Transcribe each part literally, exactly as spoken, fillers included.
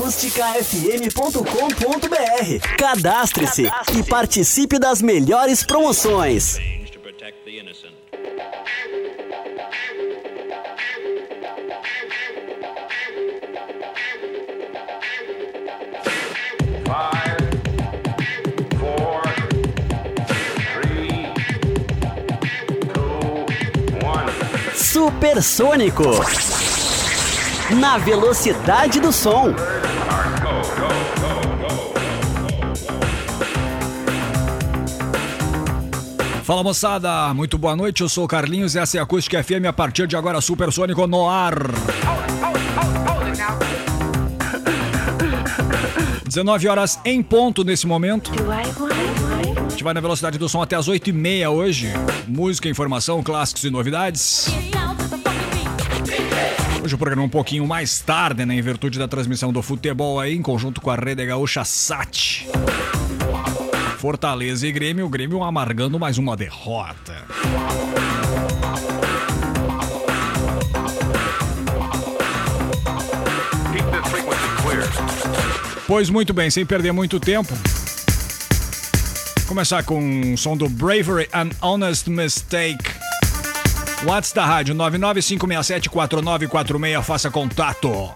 acústica f m ponto com ponto b r. Cadastre-se, Cadastre-se e participe das melhores promoções. Supersônico, na velocidade do som. Fala, moçada, muito boa noite, eu sou o Carlinhos e essa é a Acústica F M, a partir de agora Supersônico no ar. dezenove horas em ponto nesse momento. A gente vai na velocidade do som até as oito e meia hoje. Música, informação, clássicos e novidades. Hoje o programa é um pouquinho mais tarde, né, em virtude da transmissão do futebol aí, em conjunto com a Rede Gaúcha Sat. Fortaleza e Grêmio, o Grêmio amargando mais uma derrota. Pois muito bem, sem perder muito tempo, começar com o som do Bravery and Honest Mistake. WhatsApp da rádio nove nove cinco seis sete quatro nove quatro seis, faça contato.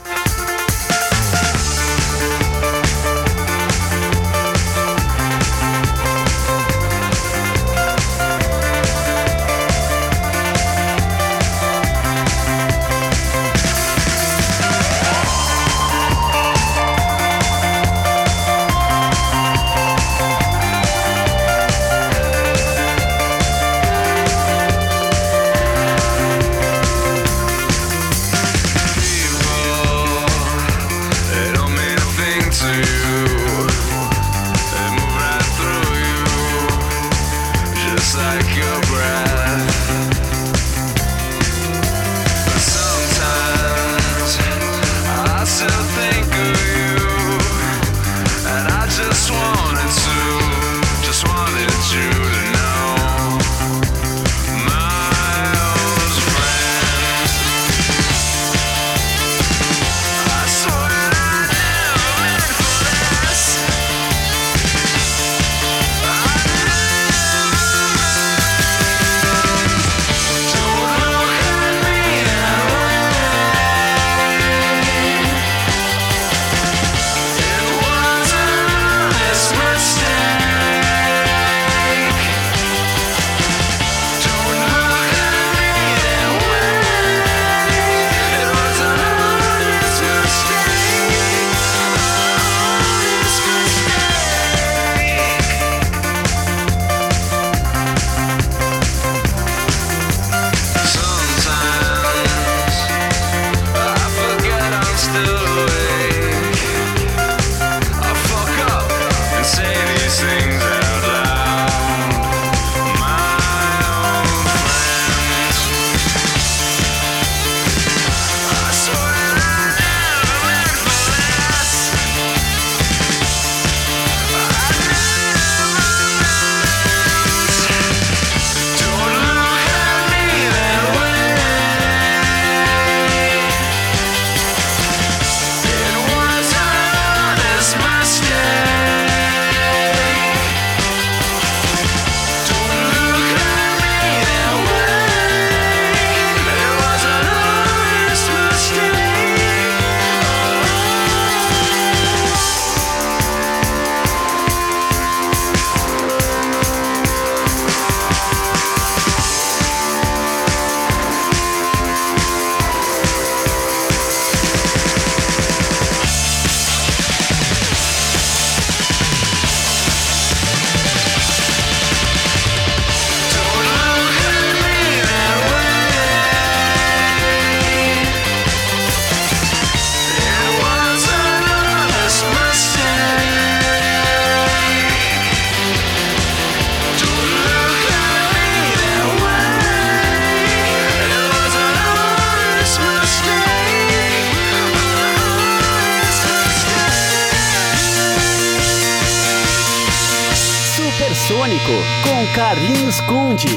Supersônico com Carlinhos Conde.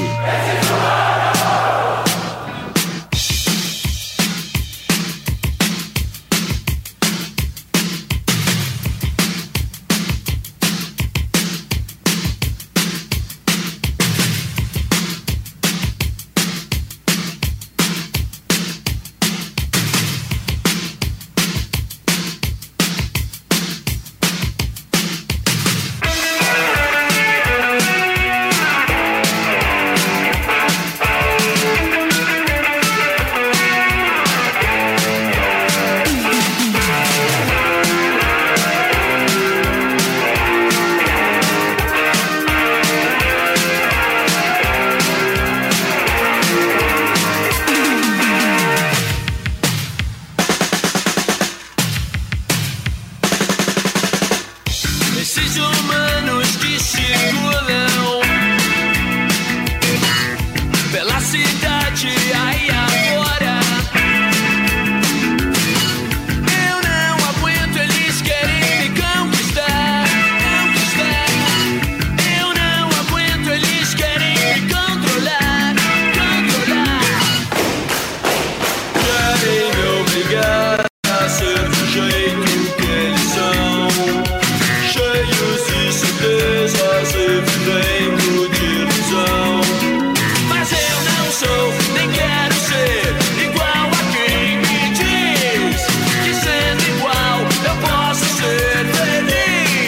jeito que eles são, cheios de certezas e vivendo de ilusão. Mas eu não sou, nem quero ser igual a quem me diz que sendo igual eu posso ser feliz.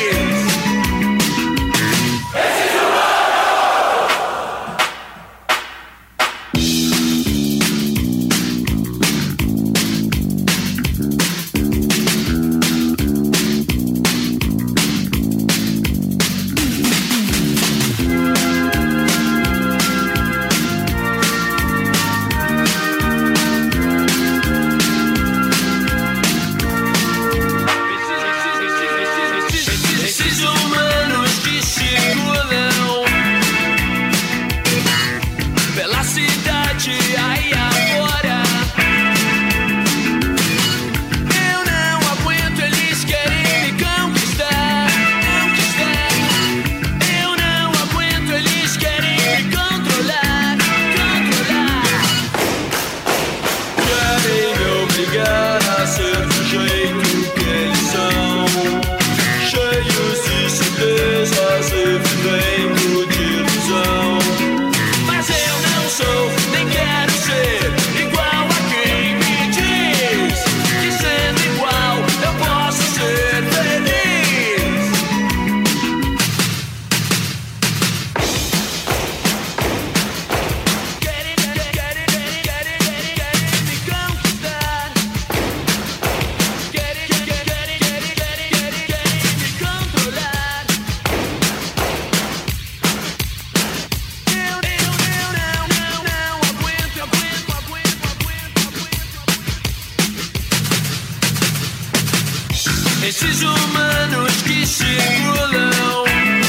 Esses humanos que circulam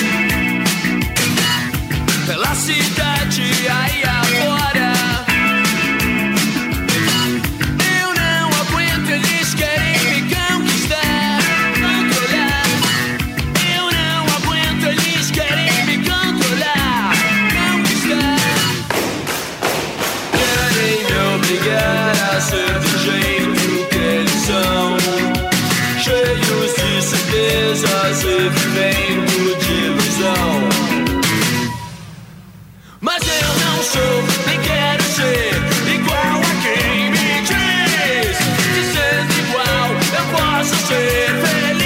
pela cidade aí afora, eu não aguento, eles querem me conquistar, controlar. Eu não aguento, eles querem me controlar, conquistar. Querem me obrigar a ser do jeito que eles são, cheios de certezas e vivendo de ilusão. Mas eu não sou, nem quero ser igual a quem me diz que sendo igual eu posso ser feliz.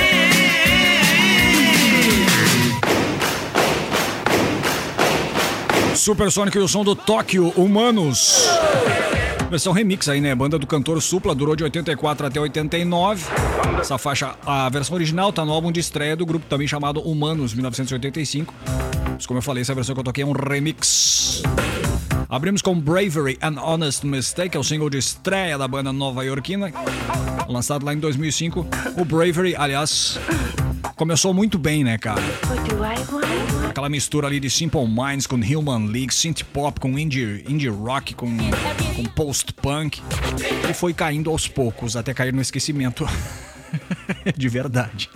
Supersônico e o som do Tóquio, Humanos. Versão remix aí, né? Banda do cantor Supla, durou de oitenta e quatro até oitenta e nove. Essa faixa, a versão original tá no álbum de estreia do grupo também chamado Humanos, mil novecentos e oitenta e cinco. Mas como eu falei, essa versão que eu toquei é um remix. Abrimos com Bravery and Honest Mistake, é o single de estreia da banda nova-iorquina, lançado lá em dois mil e cinco. O Bravery, aliás, começou muito bem, né, cara? Aquela mistura ali de Simple Minds com Human League, synth pop com indie, indie rock, com, com post-punk, e foi caindo aos poucos, até cair no esquecimento de verdade.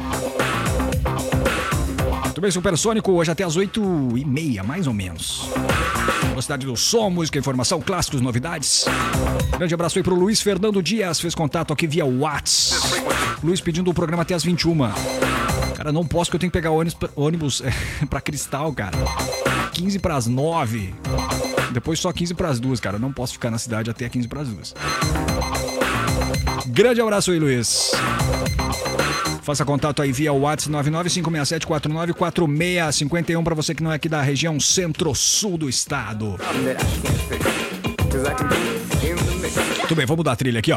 Muito bem, Supersônico, hoje até às oito e meia, mais ou menos. Velocidade do som, música, informação, clássicos, novidades. Grande abraço aí pro Luiz Fernando Dias, fez contato aqui via WhatsApp. Luiz pedindo o programa até às vinte e uma. Cara, não posso porque eu tenho que pegar ônibus, ônibus é, pra Cristal, cara. quinze para as nove. Depois só quinze para as duas, cara. Não posso ficar na cidade até quinze para as duas. Grande abraço aí, Luiz. Faça contato aí via WhatsApp nove nove cinco seis sete quatro nove quatro seis cinco um para você que não é aqui da região centro-sul do estado. Muito bem, vamos mudar a trilha aqui, ó.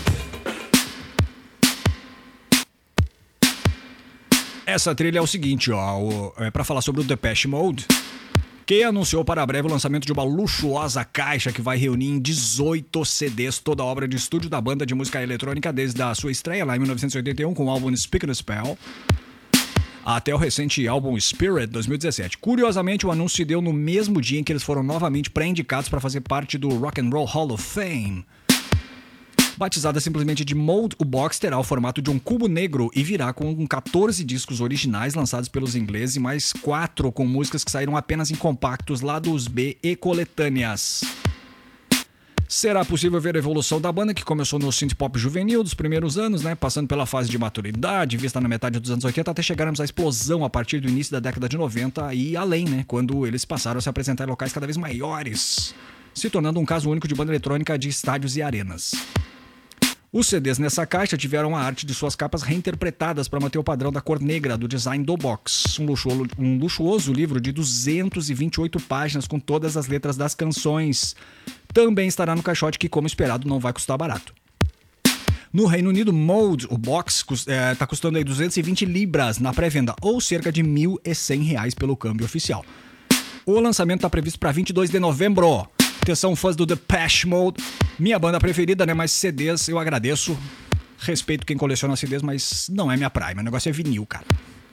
Essa trilha é o seguinte, ó, é para falar sobre o Depeche Mode, que anunciou para breve o lançamento de uma luxuosa caixa que vai reunir em dezoito C Ds toda a obra de estúdio da banda de música eletrônica desde a sua estreia lá em mil novecentos e oitenta e um com o álbum Speak the Spell até o recente álbum Spirit dois mil e dezessete. Curiosamente, o anúncio se deu no mesmo dia em que eles foram novamente pré-indicados para fazer parte do Rock and Roll Hall of Fame. Batizada simplesmente de Mode, o box terá o formato de um cubo negro e virá com catorze discos originais lançados pelos ingleses e mais quatro com músicas que saíram apenas em compactos, lados B e coletâneas. Será possível ver a evolução da banda, que começou no synth pop juvenil dos primeiros anos, né, passando pela fase de maturidade, vista na metade dos anos oitenta, até chegarmos à explosão a partir do início da década de noventa e além, né, quando eles passaram a se apresentar em locais cada vez maiores, se tornando um caso único de banda eletrônica de estádios e arenas. Os C Ds nessa caixa tiveram a arte de suas capas reinterpretadas para manter o padrão da cor negra do design do box. Um luxuoso, um luxuoso livro de duzentas e vinte e oito páginas com todas as letras das canções. Também estará no caixote que, como esperado, não vai custar barato. No Reino Unido, Mode, o box, está é, custando aí duzentas e vinte libras na pré-venda, ou cerca de mil e cem reais pelo câmbio oficial. O lançamento está previsto para vinte e dois de novembro. Atenção, fãs do Depeche Mode, minha banda preferida, né? Mas C Ds eu agradeço. Respeito quem coleciona C Ds, mas não é minha praia. Meu negócio é vinil, cara.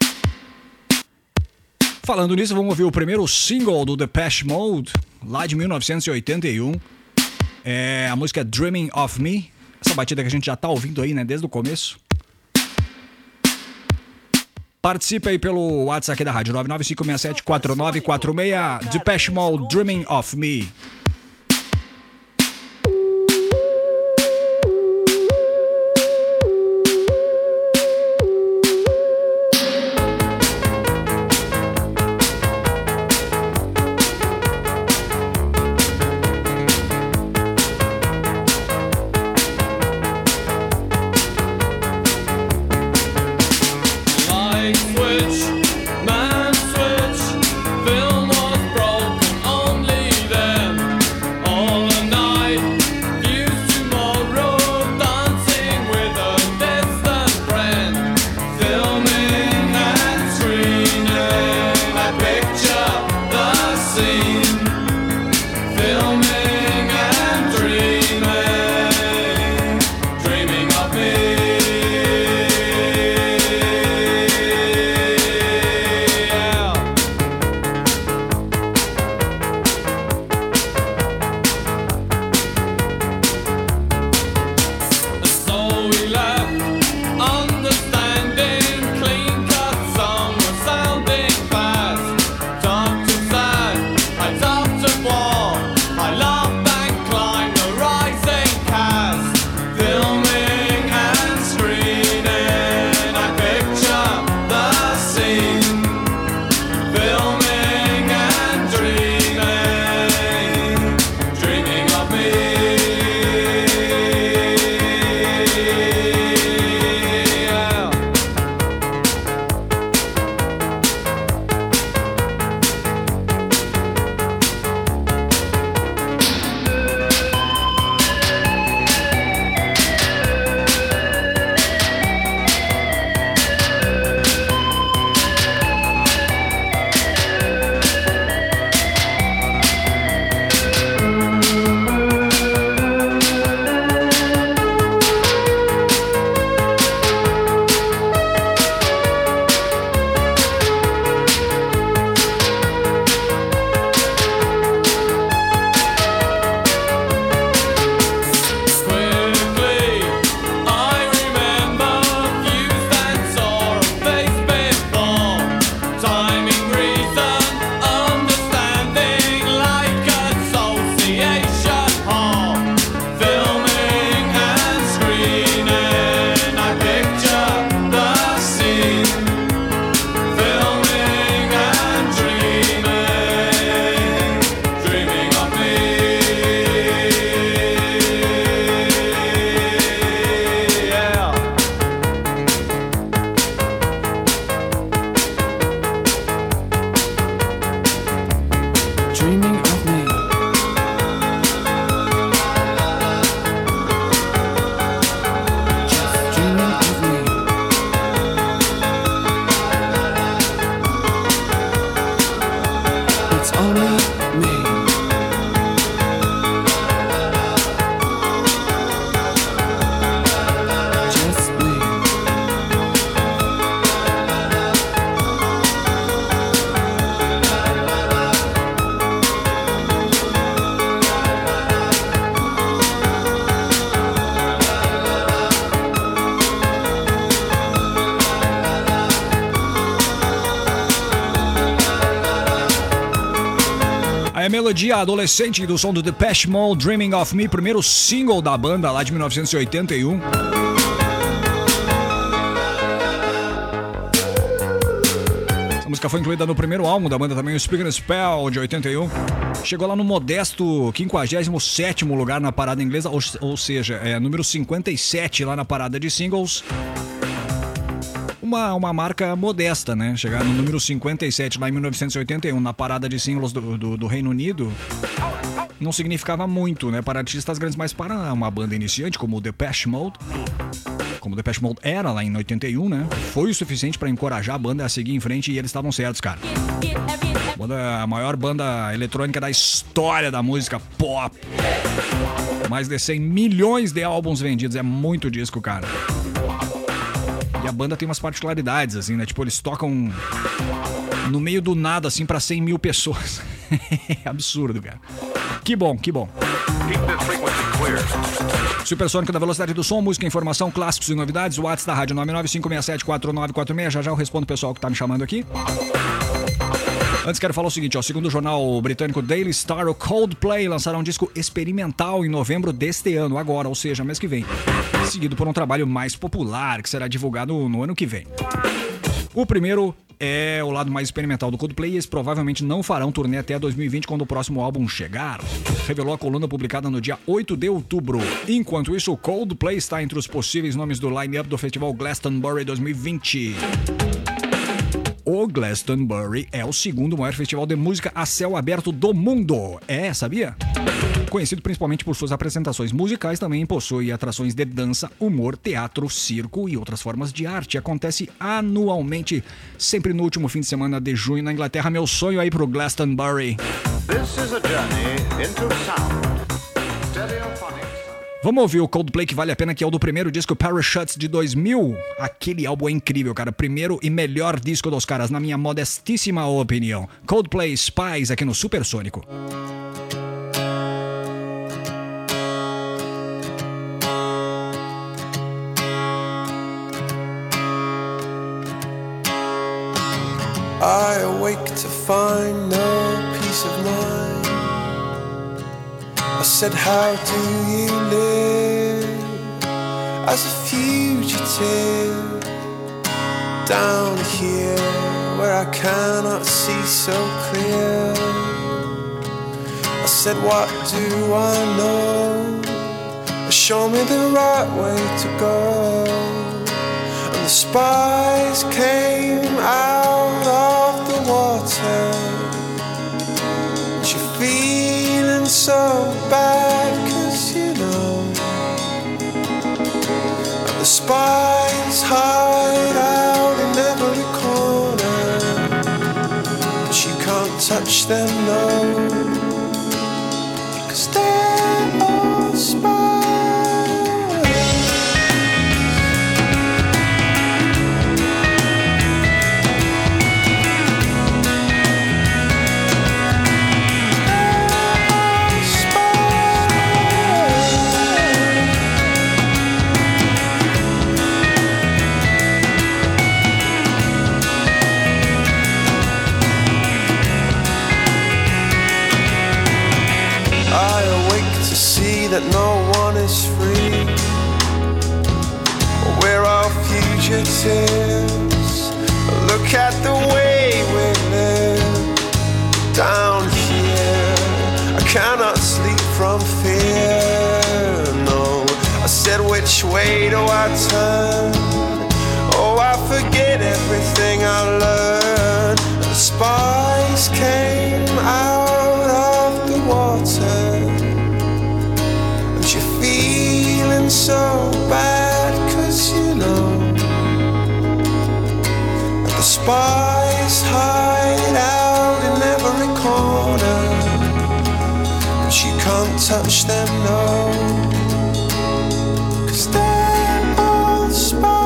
Falando nisso, vamos ouvir o primeiro single do Depeche Mode, lá de mil novecentos e oitenta e um. É, a música é Dreaming of Me. Essa batida que a gente já tá ouvindo aí, né? Desde o começo. Participe aí pelo WhatsApp aqui da rádio nove nove cinco seis sete quatro nove quatro seis. Depeche Mode, Dreaming of Me. Man switch, film was broken, only then É melodia adolescente do som do Depeche Mode, Dreaming of Me, primeiro single da banda lá de mil novecentos e oitenta e um. Essa música foi incluída no primeiro álbum da banda também, o Spring and Spell, de oitenta e um. Chegou lá no modesto quinquagésimo sétimo lugar na parada inglesa, ou, ou seja, é número cinquenta e sete lá na parada de singles. Uma, uma marca modesta, né? Chegar no número cinquenta e sete lá em mil novecentos e oitenta e um na parada de singles do, do, do Reino Unido não significava muito, né? Para artistas grandes, mas para uma banda iniciante como o Depeche Mode, como o Depeche Mode era lá em oitenta e um, né? Foi o suficiente para encorajar a banda a seguir em frente e eles estavam certos, cara. Banda, a maior banda eletrônica da história da música pop. Mais de cem milhões de álbuns vendidos, é muito disco, cara. E a banda tem umas particularidades, assim, né? Tipo, eles tocam no meio do nada, assim, pra cem mil pessoas. É absurdo, cara. Que bom, que bom. Supersônico da velocidade do som, música, informação, clássicos e novidades. O WhatsApp da rádio nove nove cinco seis sete quatro nove quatro seis. Já já eu respondo o pessoal que tá me chamando aqui. Antes quero falar o seguinte, ó, segundo o jornal britânico Daily Star, o Coldplay lançará um disco experimental em novembro deste ano, agora, ou seja, mês que vem. Seguido por um trabalho mais popular, que será divulgado no ano que vem. O primeiro é o lado mais experimental do Coldplay e eles provavelmente não farão turnê até dois mil e vinte, quando o próximo álbum chegar, revelou a coluna publicada no dia oito de outubro. Enquanto isso, o Coldplay está entre os possíveis nomes do line-up do festival Glastonbury dois mil e vinte. O Glastonbury é o segundo maior festival de música a céu aberto do mundo. É, sabia? Conhecido principalmente por suas apresentações musicais, também possui atrações de dança, humor, teatro, circo e outras formas de arte. Acontece anualmente, sempre no último fim de semana de junho na Inglaterra. Meu sonho aí pro Glastonbury. This is a journey into sound. Vamos ouvir o Coldplay, que vale a pena, que é o do primeiro disco Parachutes de dois mil. Aquele álbum é incrível, cara. Primeiro e melhor disco dos caras, na minha modestíssima opinião. Coldplay Spies aqui no Supersônico. I awake to find no peace of mind. I said, how do you live as a fugitive down here where I cannot see so clear? I said, what do I know? Show me the right way to go. And the spies came out of the water. And you're feeling so bad, 'cause you know. And the spies hide out in every corner, but you can't touch them, no, 'cause they're all spies. That no one is free. We're all fugitives. Look at the way we live down here. I cannot sleep from fear, no. I said, which way do I turn? Oh, I forget everything I learned. The spies came out of the water. So bad, 'cause you know. And the spies hide out in every corner, but you can't touch them, no, 'cause they're all spies.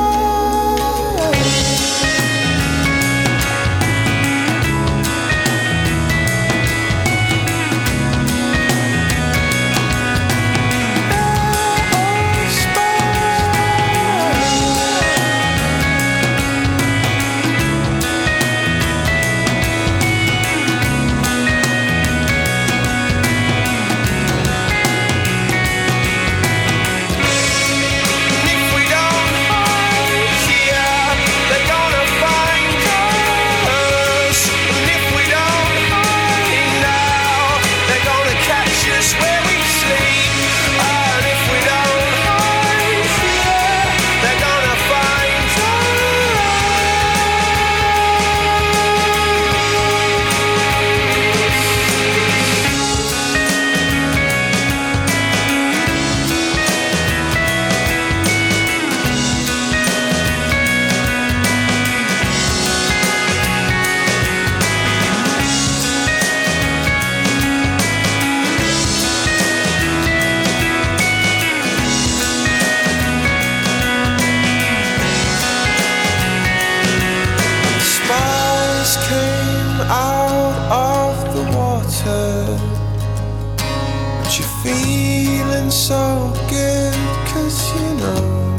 so good, 'cause you know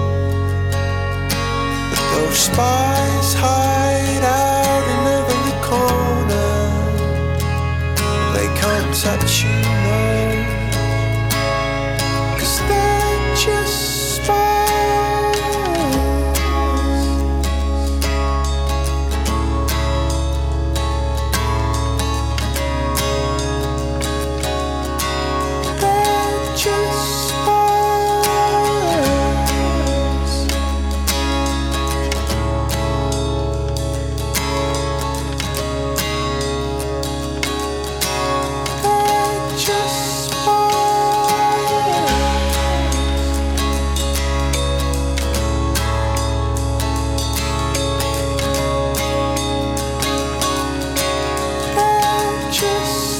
that those spies hide out in every corner. They can't touch you, no, 'cause they're just spies. Just spies. They're just spies. They're just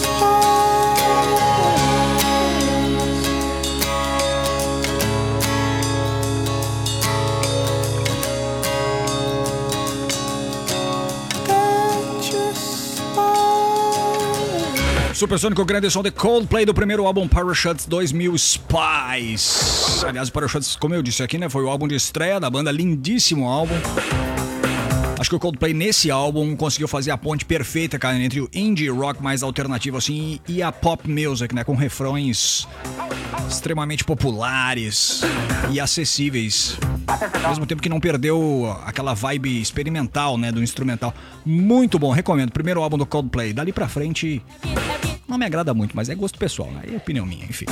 Supersônico, grande som de Coldplay do primeiro álbum Parachutes dois mil Spies. Aliás, o Parachutes, como eu disse aqui, né, foi o álbum de estreia da banda, lindíssimo álbum. Acho que o Coldplay nesse álbum conseguiu fazer a ponte perfeita, cara, entre o indie rock mais alternativo assim e a pop music, né, com refrões extremamente populares e acessíveis. Ao mesmo tempo que não perdeu aquela vibe experimental, né, do instrumental. Muito bom, recomendo. Primeiro álbum do Coldplay. Dali pra frente não me agrada muito, mas é gosto pessoal, né? É opinião minha, enfim.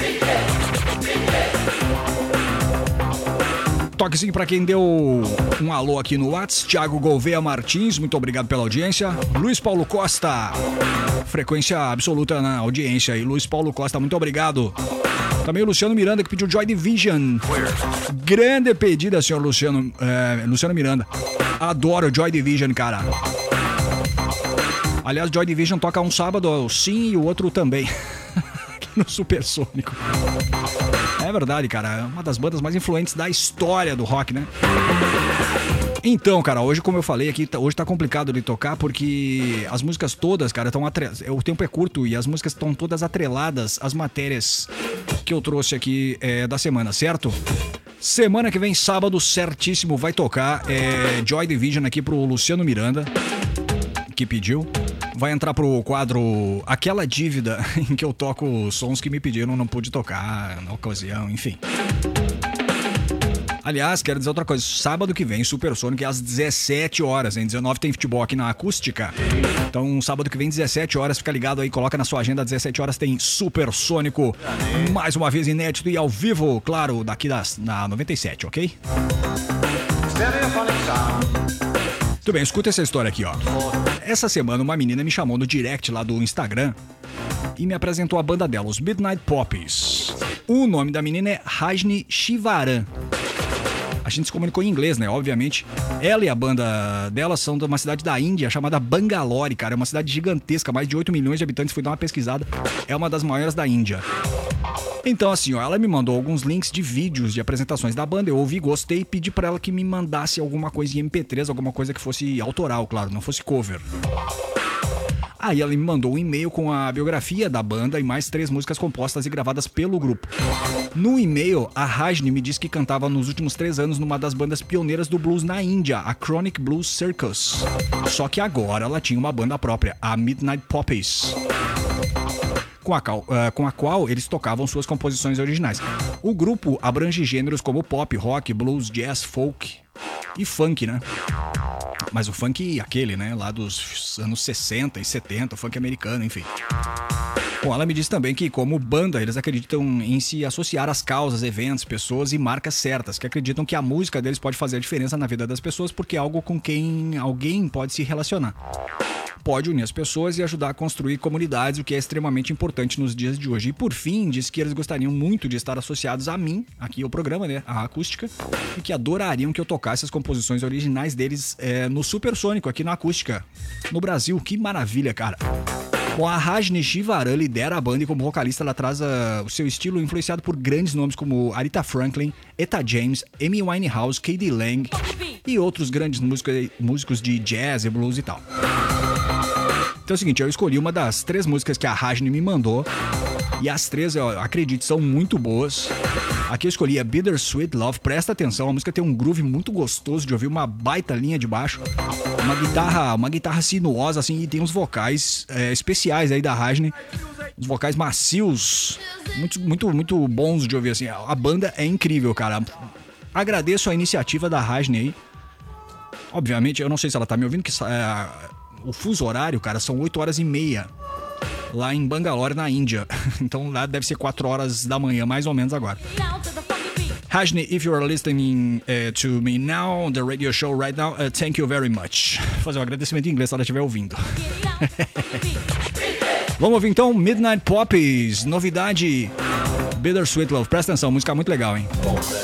Toquezinho pra quem deu um alô aqui no WhatsApp. Thiago Gouveia Martins, muito obrigado pela audiência. Luiz Paulo Costa, frequência absoluta na audiência. E Luiz Paulo Costa, muito obrigado. Também o Luciano Miranda, que pediu Joy Division. Grande pedida, senhor Luciano, é, Luciano Miranda. Adoro Joy Division, cara. Aliás, Joy Division toca um sábado sim e o outro também. Aqui no Supersônico. É verdade, cara. É uma das bandas mais influentes da história do rock, né? Então, cara, hoje, como eu falei aqui, hoje tá complicado de tocar porque as músicas todas, cara, estão atreladas. O tempo é curto e as músicas estão todas atreladas às matérias que eu trouxe aqui é, da semana, certo? Semana que vem, sábado, certíssimo, vai tocar é, Joy Division aqui pro Luciano Miranda, que pediu. Vai entrar pro quadro Aquela Dívida, em que eu toco sons que me pediram, não pude tocar na ocasião, enfim. Aliás, quero dizer outra coisa, sábado que vem, Supersônico, é às dezessete horas, em dezenove tem futebol aqui na Acústica. Então, sábado que vem, dezessete horas, fica ligado aí, coloca na sua agenda, dezessete horas tem Supersônico. Mais uma vez inédito e ao vivo, claro, daqui das, na noventa e sete, ok? Tudo bem, escuta essa história aqui, ó. Essa semana uma menina me chamou no direct lá do Instagram e me apresentou a banda dela, os Midnight Poppies. O nome da menina é Rajni Shivaran. A gente se comunicou em inglês, né? Obviamente. Ela e a banda dela são de uma cidade da Índia chamada Bangalore, cara. É uma cidade gigantesca, mais de oito milhões de habitantes. Fui dar uma pesquisada. É uma das maiores da Índia. Então, assim, ó, ela me mandou alguns links de vídeos de apresentações da banda. Eu ouvi, gostei e pedi pra ela que me mandasse alguma coisa em M P três, alguma coisa que fosse autoral, claro, não fosse cover. Aí ela me mandou um e-mail com a biografia da banda e mais três músicas compostas e gravadas pelo grupo. No e-mail, a Rajni me disse que cantava nos últimos três anos numa das bandas pioneiras do blues na Índia, a Chronic Blues Circus. Só que agora ela tinha uma banda própria, a Midnight Poppies, com a, qual, uh, com a qual eles tocavam suas composições originais. O grupo abrange gêneros como pop, rock, blues, jazz, folk e funk, né? Mas o funk aquele, né? Lá dos anos sessenta e setenta, o funk americano, enfim. Bom, ela me disse também que, como banda, eles acreditam em se associar às causas, eventos, pessoas e marcas certas, que acreditam que a música deles pode fazer a diferença na vida das pessoas porque é algo com quem alguém pode se relacionar. Pode unir as pessoas e ajudar a construir comunidades, o que é extremamente importante nos dias de hoje. E por fim, disse que eles gostariam muito de estar associados a mim, aqui ao programa, né, a Acústica, e que adorariam que eu tocasse as composições originais deles é, no Supersônico, aqui na Acústica, no Brasil. Que maravilha, cara! Bom, a Rajni Shivaran lidera a banda e como vocalista ela traz uh, o seu estilo influenciado por grandes nomes como Aretha Franklin, Etta James, Amy Winehouse, K D Lang e outros grandes músicos, músicos de jazz e blues e tal. Então é o seguinte, eu escolhi uma das três músicas que a Rajni me mandou E as três, eu acredito, são muito boas. Aqui eu escolhi a Bittersweet Love. Presta atenção, a música tem um groove muito gostoso de ouvir, uma baita linha de baixo, uma guitarra, uma guitarra sinuosa assim, e tem uns vocais é, especiais aí da Rajni, uns vocais macios, muito, muito, muito bons de ouvir assim. A banda é incrível, cara. Agradeço a iniciativa da Rajni aí. Obviamente, eu não sei se ela tá me ouvindo, que é, o fuso horário, cara, são oito horas e meia lá em Bangalore, na Índia. Então lá deve ser quatro horas da manhã, mais ou menos agora. Rajni, if you are listening uh, to me now, the radio show right now, uh, thank you very much. Vou fazer um agradecimento em inglês se ela estiver ouvindo. Vamos ouvir então Midnight Poppies, novidade Bittersweet Love. Presta atenção, música muito legal, hein?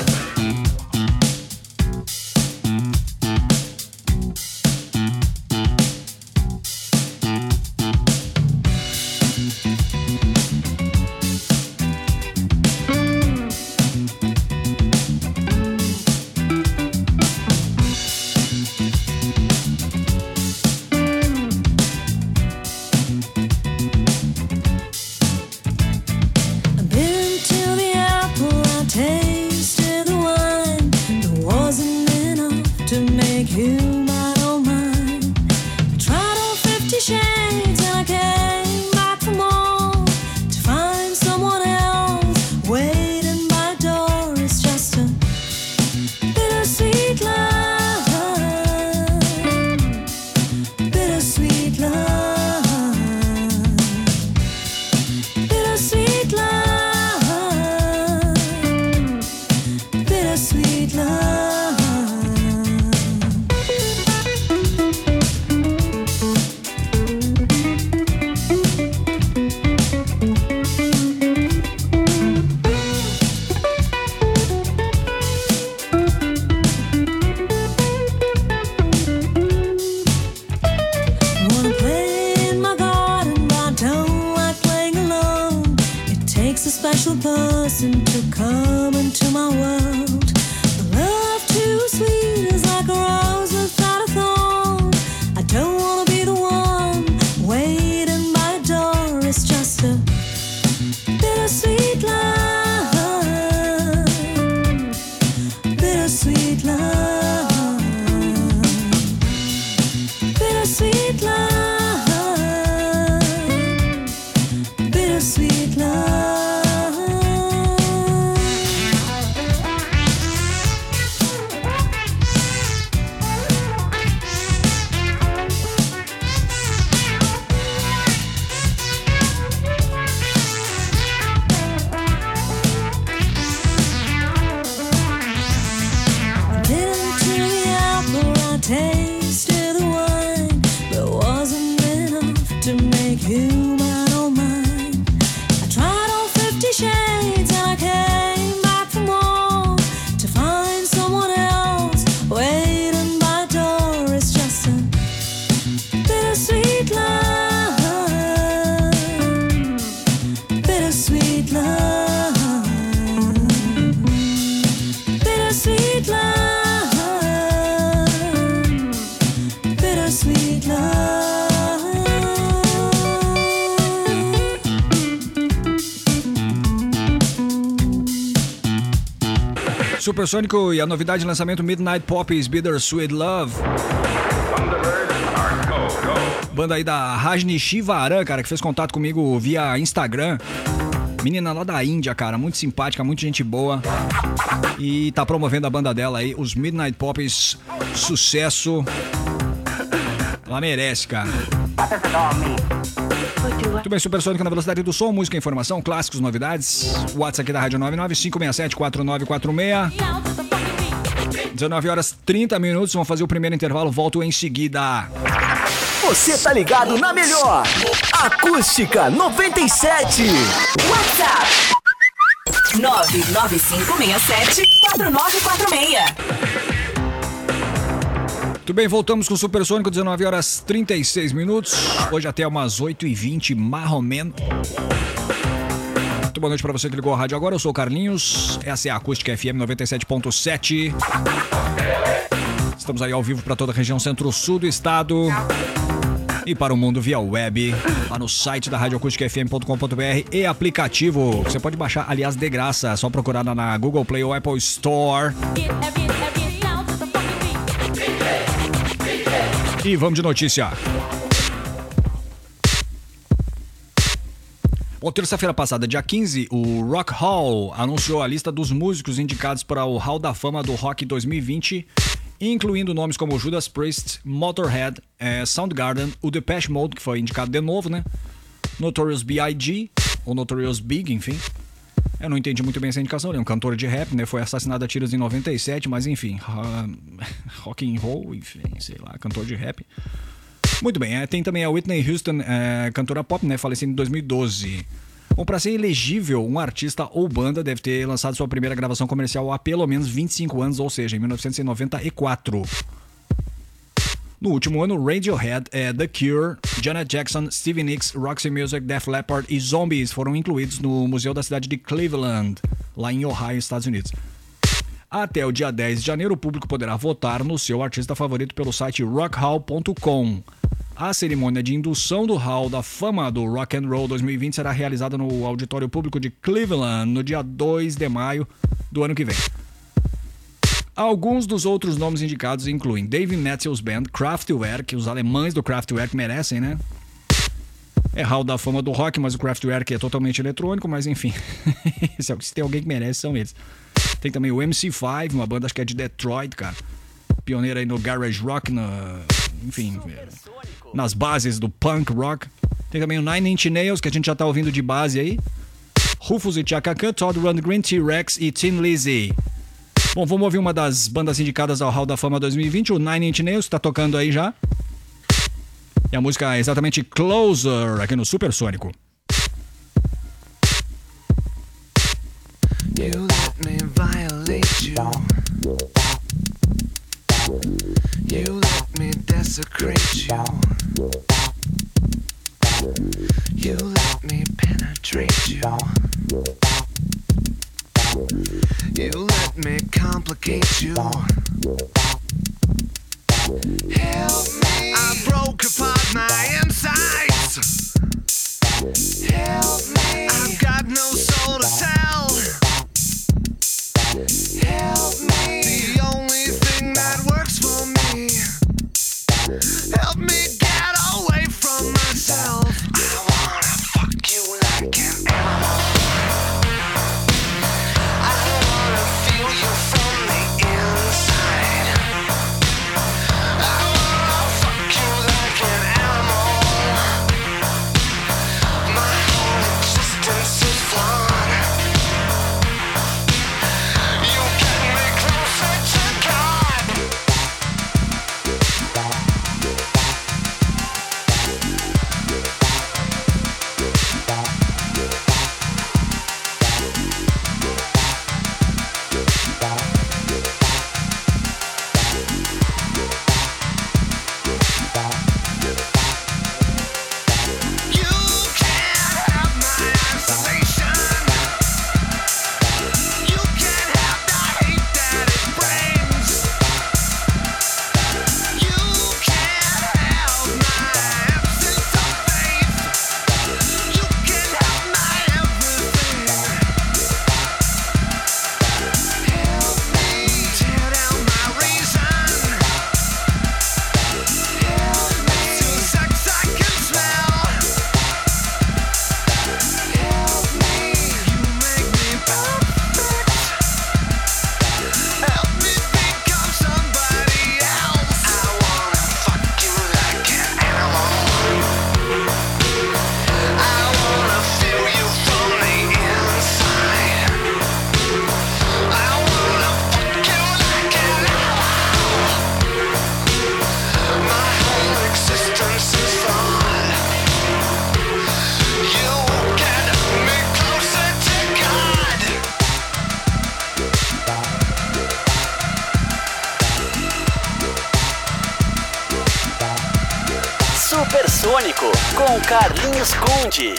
Supersônico e a novidade de lançamento Midnight Poppies, Bittersweet Love. Banda aí da Rajni Shivaran, cara, que fez contato comigo via Instagram. Menina lá da Índia, cara, muito simpática, muita gente boa. E tá promovendo a banda dela aí, os Midnight Poppies. Sucesso. Ela merece, cara. Muito bem, Supersônico na velocidade do som, música, informação, clássicos, novidades. O WhatsApp aqui da Rádio nove nove cinco seis sete quatro nove quatro seis. dezenove horas e trinta minutos, vamos fazer o primeiro intervalo, volto em seguida. Você tá ligado na melhor Acústica noventa e sete. WhatsApp nove nove cinco seis sete quatro nove quatro seis. Muito bem, voltamos com o Supersônico, dezenove horas e trinta e seis minutos. Hoje até umas oito e vinte, marromeno. Muito boa noite pra você que ligou a rádio agora. Eu sou o Carlinhos. Essa é a Acústica F M noventa e sete ponto sete. Estamos aí ao vivo para toda a região centro-sul do estado. E para o mundo via web, lá no site da rádio acústica f m ponto com ponto b r e aplicativo. Você pode baixar, aliás, de graça. É só procurar na Google Play ou Apple Store. E vamos de notícia. Bom, terça-feira passada, dia quinze, o Rock Hall anunciou a lista dos músicos indicados para o Hall da Fama do Rock dois mil e vinte, incluindo nomes como Judas Priest, Motorhead, eh, Soundgarden, o Depeche Mode, que foi indicado de novo, né? Notorious B I G, ou Notorious Big, enfim. Eu não entendi muito bem essa indicação, ele é um cantor de rap, né? Foi assassinado a tiros em noventa e sete, mas enfim, uh, rock and roll, enfim, sei lá, cantor de rap. Muito bem, é, tem também a Whitney Houston, é, cantora pop, né, falecida em dois mil e doze. Bom, para ser elegível, um artista ou banda deve ter lançado sua primeira gravação comercial há pelo menos vinte e cinco anos, ou seja, em mil novecentos e noventa e quatro. No último ano, Radiohead, é, The Cure, Janet Jackson, Stevie Nicks, Roxy Music, Def Leppard e Zombies foram incluídos no Museu da cidade de Cleveland, lá em Ohio, Estados Unidos. Até o dia dez de janeiro, o público poderá votar no seu artista favorito pelo site rock hall ponto com. A cerimônia de indução do Hall da Fama do Rock and Roll dois mil e vinte será realizada no Auditório Público de Cleveland no dia dois de maio do ano que vem. Alguns dos outros nomes indicados incluem Dave Matthews Band, Kraftwerk, os alemães do Kraftwerk merecem, né? É Hall da Fama do Rock, mas o Kraftwerk é totalmente eletrônico, mas enfim, se tem alguém que merece, são eles. Tem também o M C cinco, uma banda acho que é de Detroit, cara. Pioneira aí no garage rock, na, enfim, nas bases do punk rock. Tem também o Nine Inch Nails, que a gente já tá ouvindo de base aí. Rufus e Chaka Khan, Todd Rundgren, T-Rex e Tin Lizzy. Bom, vamos ouvir uma das bandas indicadas ao Hall da Fama dois mil e vinte, o Nine Inch Nails, que tá tocando aí já. E a música é exatamente Closer, aqui no Supersônico. You let me violate you. You let me desecrate you. You let me penetrate you. You let me complicate you. Help me. I broke apart my insides. Help me. I've got no soul to tell. Help me. The only thing that works for me. Help me get away from myself. I wanna fuck you like an animal. I wanna feel you from the inside. I wanna fuck you like an animal. My whole existence is flawed. You get me closer to God. You can't have my isolation. You can't have the hate that it brings. You can't have my absence of faith. You can have my everything. Help me tear down my reason. Help me to sex I can smell. Help me, you make me perfect. Help me become somebody else. I wanna fuck you like an animal. I wanna feel you from the inside. I wanna fuck you like an animal. My whole existence is flawed. You get me closer to God. Supersônico, com Carlinhos Conde.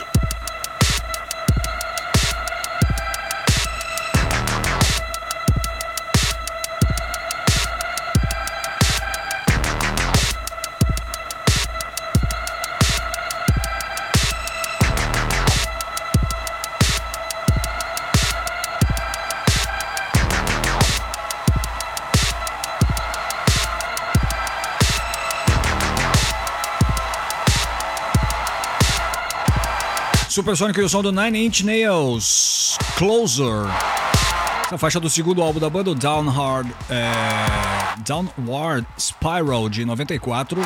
Supersonic e o som do Nine Inch Nails, Closer. Essa faixa do segundo álbum da banda, o Downward, é, Downward Spiral, de noventa e quatro.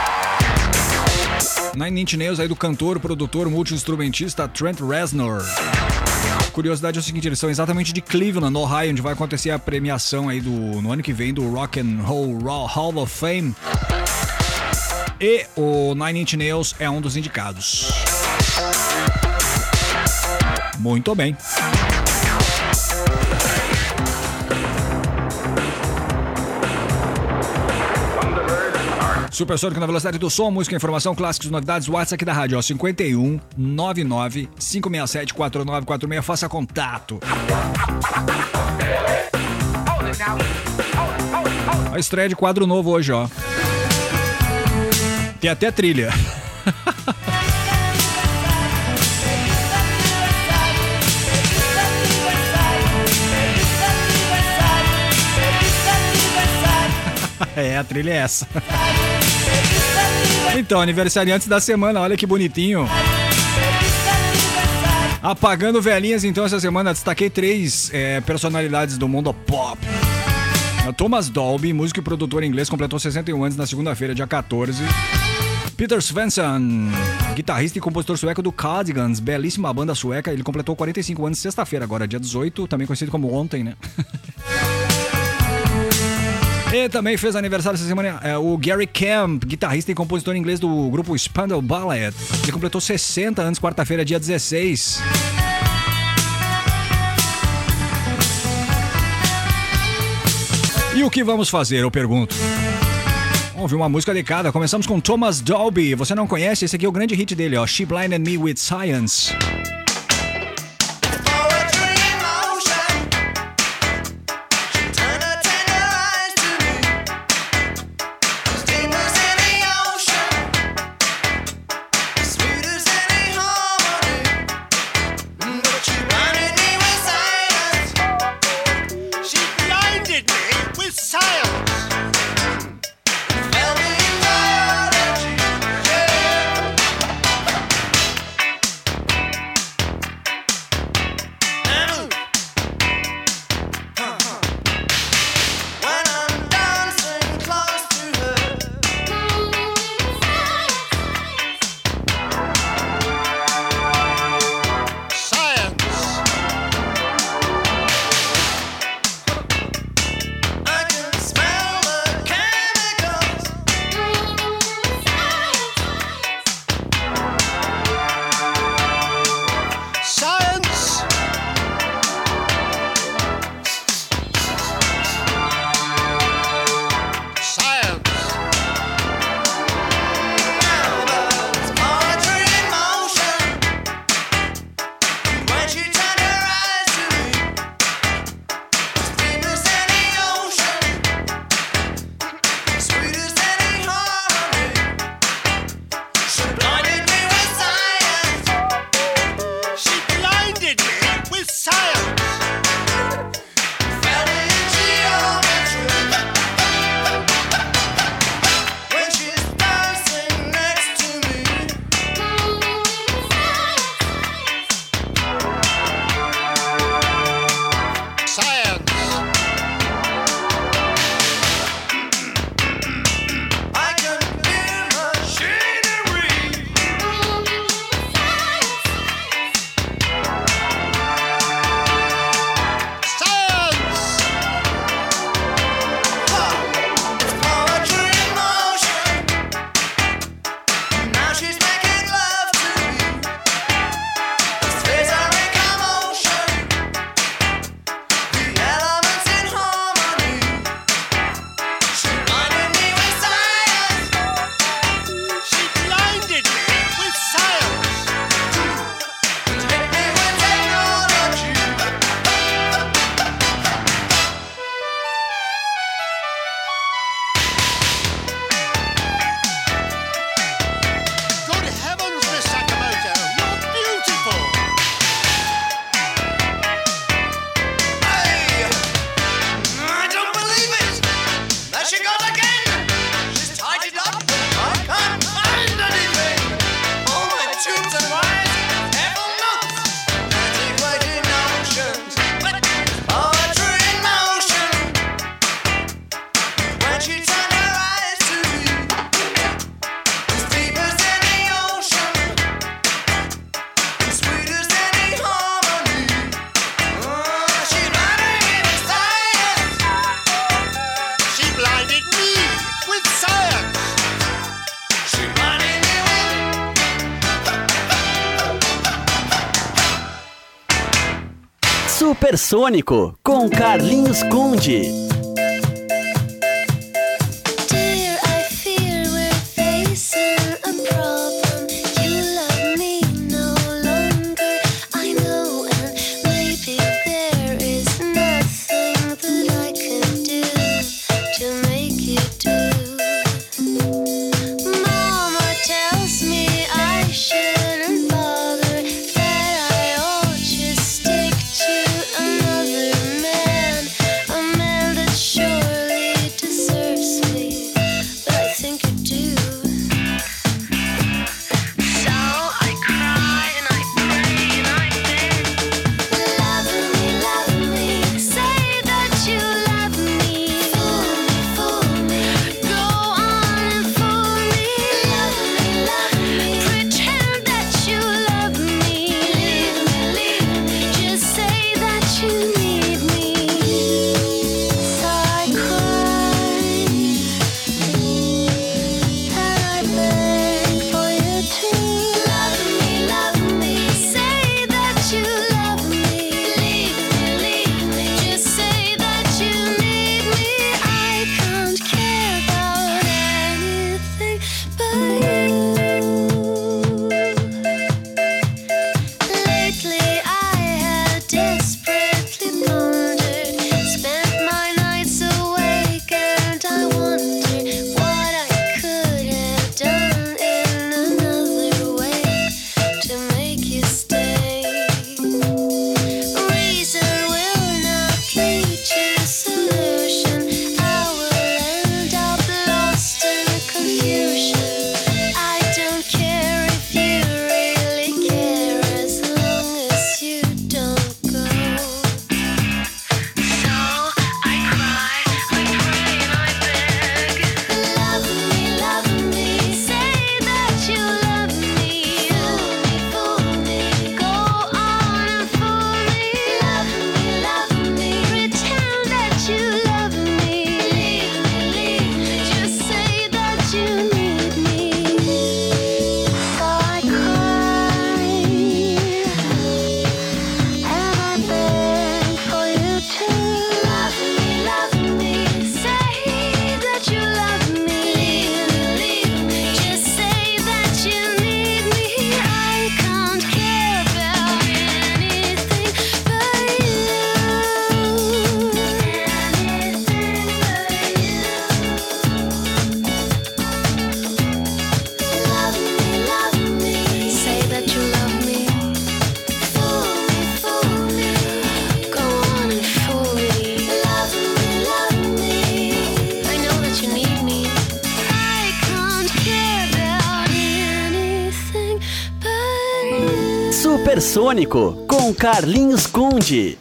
Nine Inch Nails aí do cantor, produtor, multi-instrumentista Trent Reznor. Curiosidade é o seguinte, eles são exatamente de Cleveland, Ohio, onde vai acontecer a premiação aí do, no ano que vem do Rock and Roll Hall of Fame. E o Nine Inch Nails é um dos indicados. Muito bem. Supersônico na velocidade do som, música, informação, clássicos, novidades, WhatsApp aqui da rádio, ó, cinquenta e um, noventa e nove, cinco seis sete, quatro nove quatro seis, faça contato. A estreia de quadro novo hoje, ó. Tem até trilha. É, a trilha é essa. Então, aniversariantes da semana, olha que bonitinho. Apagando velhinhas, então, essa semana destaquei três é, personalidades do mundo pop. Thomas Dolby, músico e produtor inglês, completou sessenta e um anos na segunda-feira, dia quatorze. Peter Svensson, guitarrista e compositor sueco do Cardigans, belíssima banda sueca, ele completou quarenta e cinco anos sexta-feira, agora dia dezoito, também conhecido como ontem, né? E também fez aniversário essa semana é, o Gary Kemp, guitarrista e compositor inglês do grupo Spandau Ballet. Ele completou sessenta anos, quarta-feira, dia dezesseis. E o que vamos fazer, eu pergunto? Vamos ouvir uma música de cada. Começamos com Thomas Dolby. Você não conhece? Esse aqui é o grande hit dele, ó. She Blinded Me With Science. Supersônico, com Carlinhos Conde. Supersônico, com Carlinhos Conde.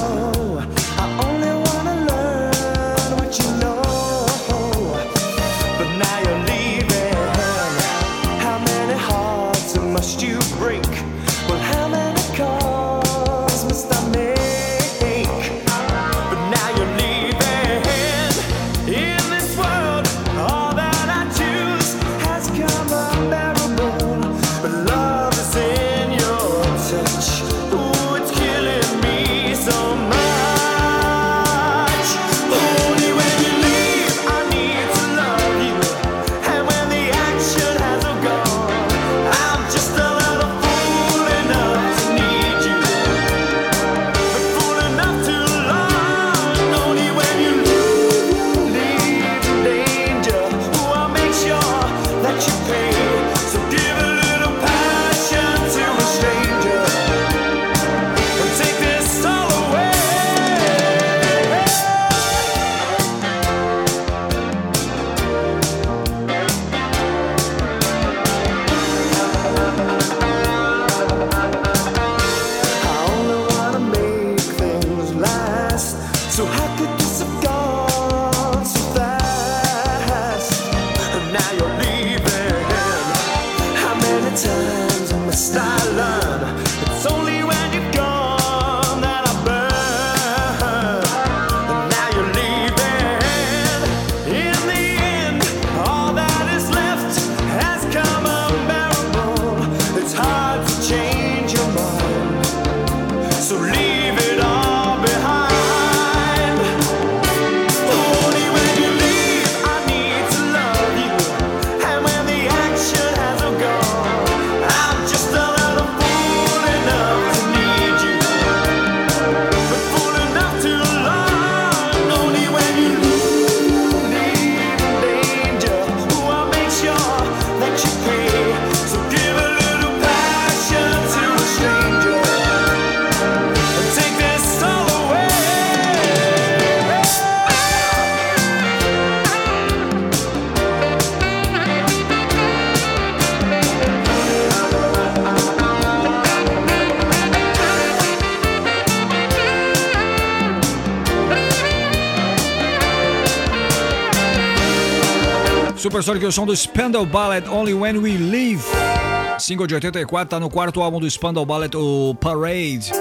I only wanna learn what you know. Supersonic, o som do Spandau Ballet, Only When We Leave. Single de oitenta e quatro, tá no quarto álbum do Spandau Ballet, o Parade.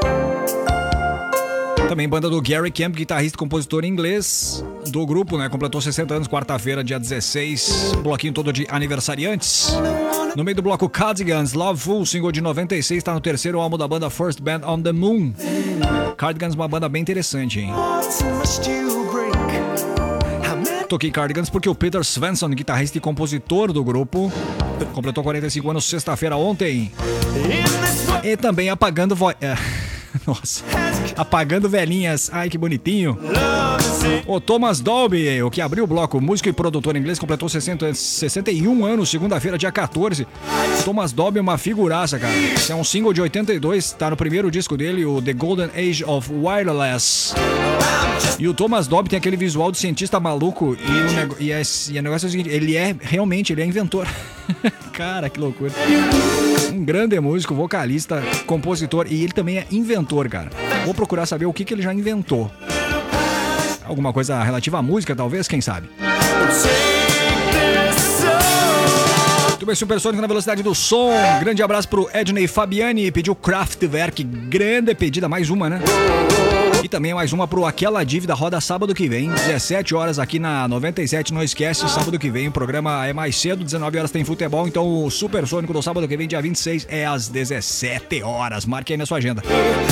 Também banda do Gary Kemp, guitarrista e compositor inglês do grupo, né? Completou sessenta anos, quarta-feira, dia dezesseis. Bloquinho todo de aniversariantes. No meio do bloco, Cardigans, Loveful, single de noventa e seis, tá no terceiro álbum da banda First Band on the Moon. Cardigans, uma banda bem interessante, hein? Toquei Cardigans porque o Peter Svensson, guitarrista e compositor do grupo, completou quarenta e cinco anos sexta-feira ontem. E também apagando vo... é. Nossa, apagando velhinhas. Ai, que bonitinho. O Thomas Dolby, o que abriu o bloco, músico e produtor inglês, completou sessenta, sessenta e um anos, segunda-feira, dia quatorze. Thomas Dolby é uma figuraça, cara. Esse é um single de oitenta e dois, tá no primeiro disco dele, o The Golden Age of Wireless. E o Thomas Dolby tem aquele visual de cientista maluco e o, nego... e, é... e o negócio é o seguinte, ele é, realmente, ele é inventor. Cara, que loucura. Um grande músico, vocalista, compositor e ele também é inventor, cara. Vou procurar saber o que, que ele já inventou. Alguma coisa relativa à música, talvez, quem sabe? Muito bem, Supersônico na velocidade do som. Grande abraço pro Edney Fabiani, pediu Kraftwerk, grande pedida, mais uma, né? E também mais uma pro Aquela Dívida, roda sábado que vem, dezessete horas aqui na noventa e sete, não esquece, sábado que vem o programa é mais cedo, dezenove horas tem futebol, então o Supersônico do sábado que vem, dia vinte e seis, é às dezessete horas, marque aí na sua agenda.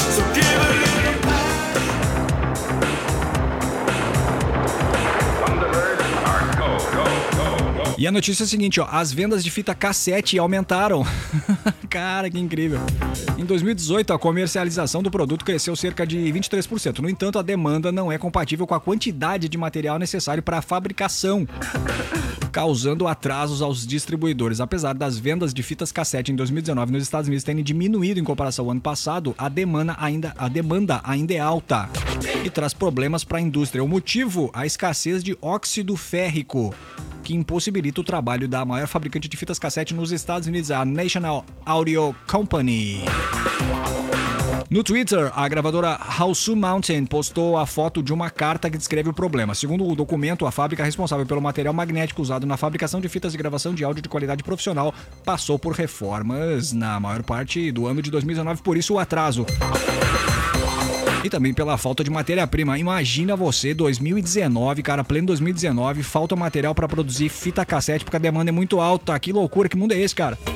E a notícia é a seguinte, ó, as vendas de fita cassete aumentaram. Cara, que incrível. Em dois mil e dezoito, a comercialização do produto cresceu cerca de vinte e três por cento. No entanto, a demanda não é compatível com a quantidade de material necessário para a fabricação, causando atrasos aos distribuidores. Apesar das vendas de fitas cassete em dois mil e dezenove nos Estados Unidos terem diminuído em comparação ao ano passado, a demanda ainda, a demanda ainda é alta e traz problemas para a indústria. O motivo? A escassez de óxido férrico, que impossibilita o trabalho da maior fabricante de fitas cassete nos Estados Unidos, a National Audio Company. No Twitter, a gravadora Hausu Mountain postou a foto de uma carta que descreve o problema. Segundo o documento, a fábrica responsável pelo material magnético usado na fabricação de fitas de gravação de áudio de qualidade profissional passou por reformas na maior parte do ano de dois mil e dezenove, por isso o atraso. E também pela falta de matéria-prima. Imagina você, dois mil e dezenove, cara, pleno dois mil e dezenove, falta material pra produzir fita cassete porque a demanda é muito alta. Que loucura, que mundo é esse, cara?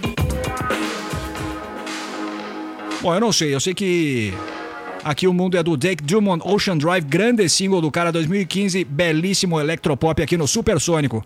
Bom, eu não sei, eu sei que aqui o mundo é do Jake Drummond, Ocean Drive, grande single do cara, dois mil e quinze, belíssimo electropop aqui no Supersônico.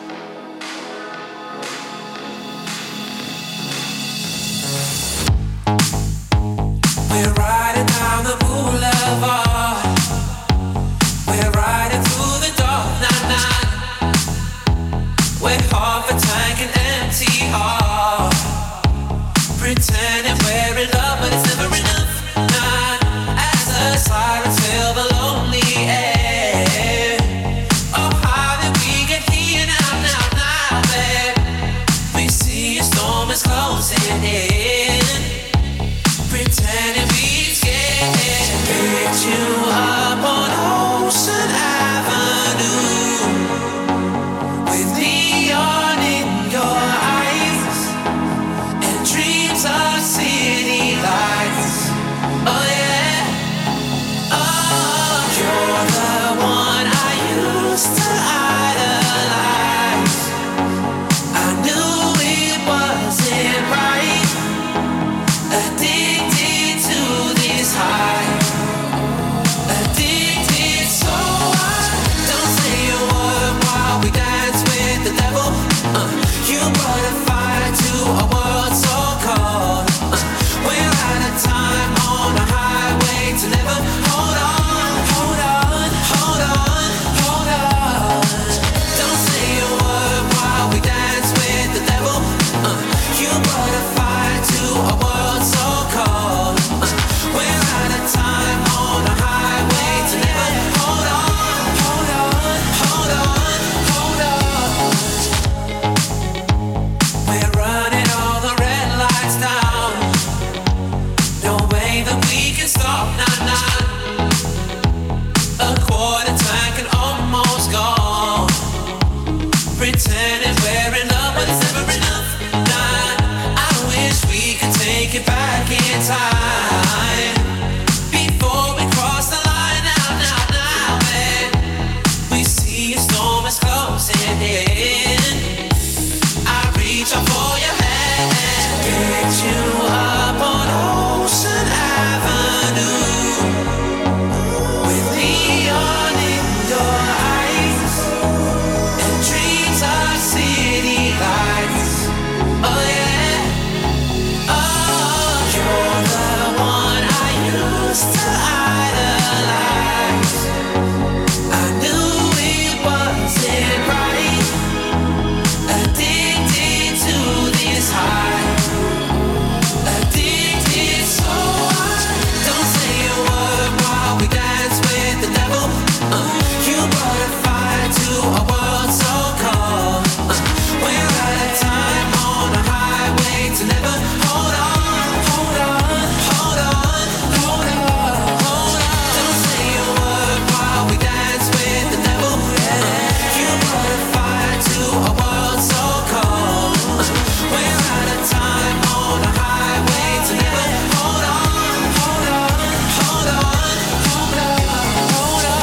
We're riding down the boulevard. We're riding through the dark night, night. We're half a tank and empty heart. Pretending we're in love, but it's never enough. Night as the sirens fill the lonely air. Oh, how did we get here now, now, now, babe? We see a storm is closing in. Pretending we scared. Picked you up on Ocean Avenue with neon in your eyes and dreams of city lights. Oh yeah, oh, you're the one I used to idolize. I knew it wasn't right. Addicted to this high. Addicted, so I don't say a word while we dance with the devil. Uh, you brought a fire to a world so cold. Uh, we're out of time on a highway to never. Hold on, hold on, hold on, hold on. Don't say a word while we dance with the devil. Uh, you brought a fire to a world so cold. Uh, we're out of time on a highway to never. Hold on, hold on, hold on, hold on. We're running all the red lights down. No way that we can stop, nah, nah. A quarter tank and almost gone. time before we cross the line. Now, now, now, and we see a storm is closing in. I reach out for your hand, pick you up on Ocean Avenue with neon in your eyes and dreams of city lights. Oh yeah, oh, you're the one I used to idolize. I knew it wasn't right, addicted to this high, addicted so high. Don't say a word while we dance with the devil. Uh, you brought a fire to a world so cold. Uh, we're out of time on a highway to never. Hold on, hold on, hold on, hold on, hold on. Don't say a word while we dance with the devil. Uh, you brought a fire to a world so cold. Uh, we're out of time on a highway to never. Hold on, hold on, hold on, hold on, hold on.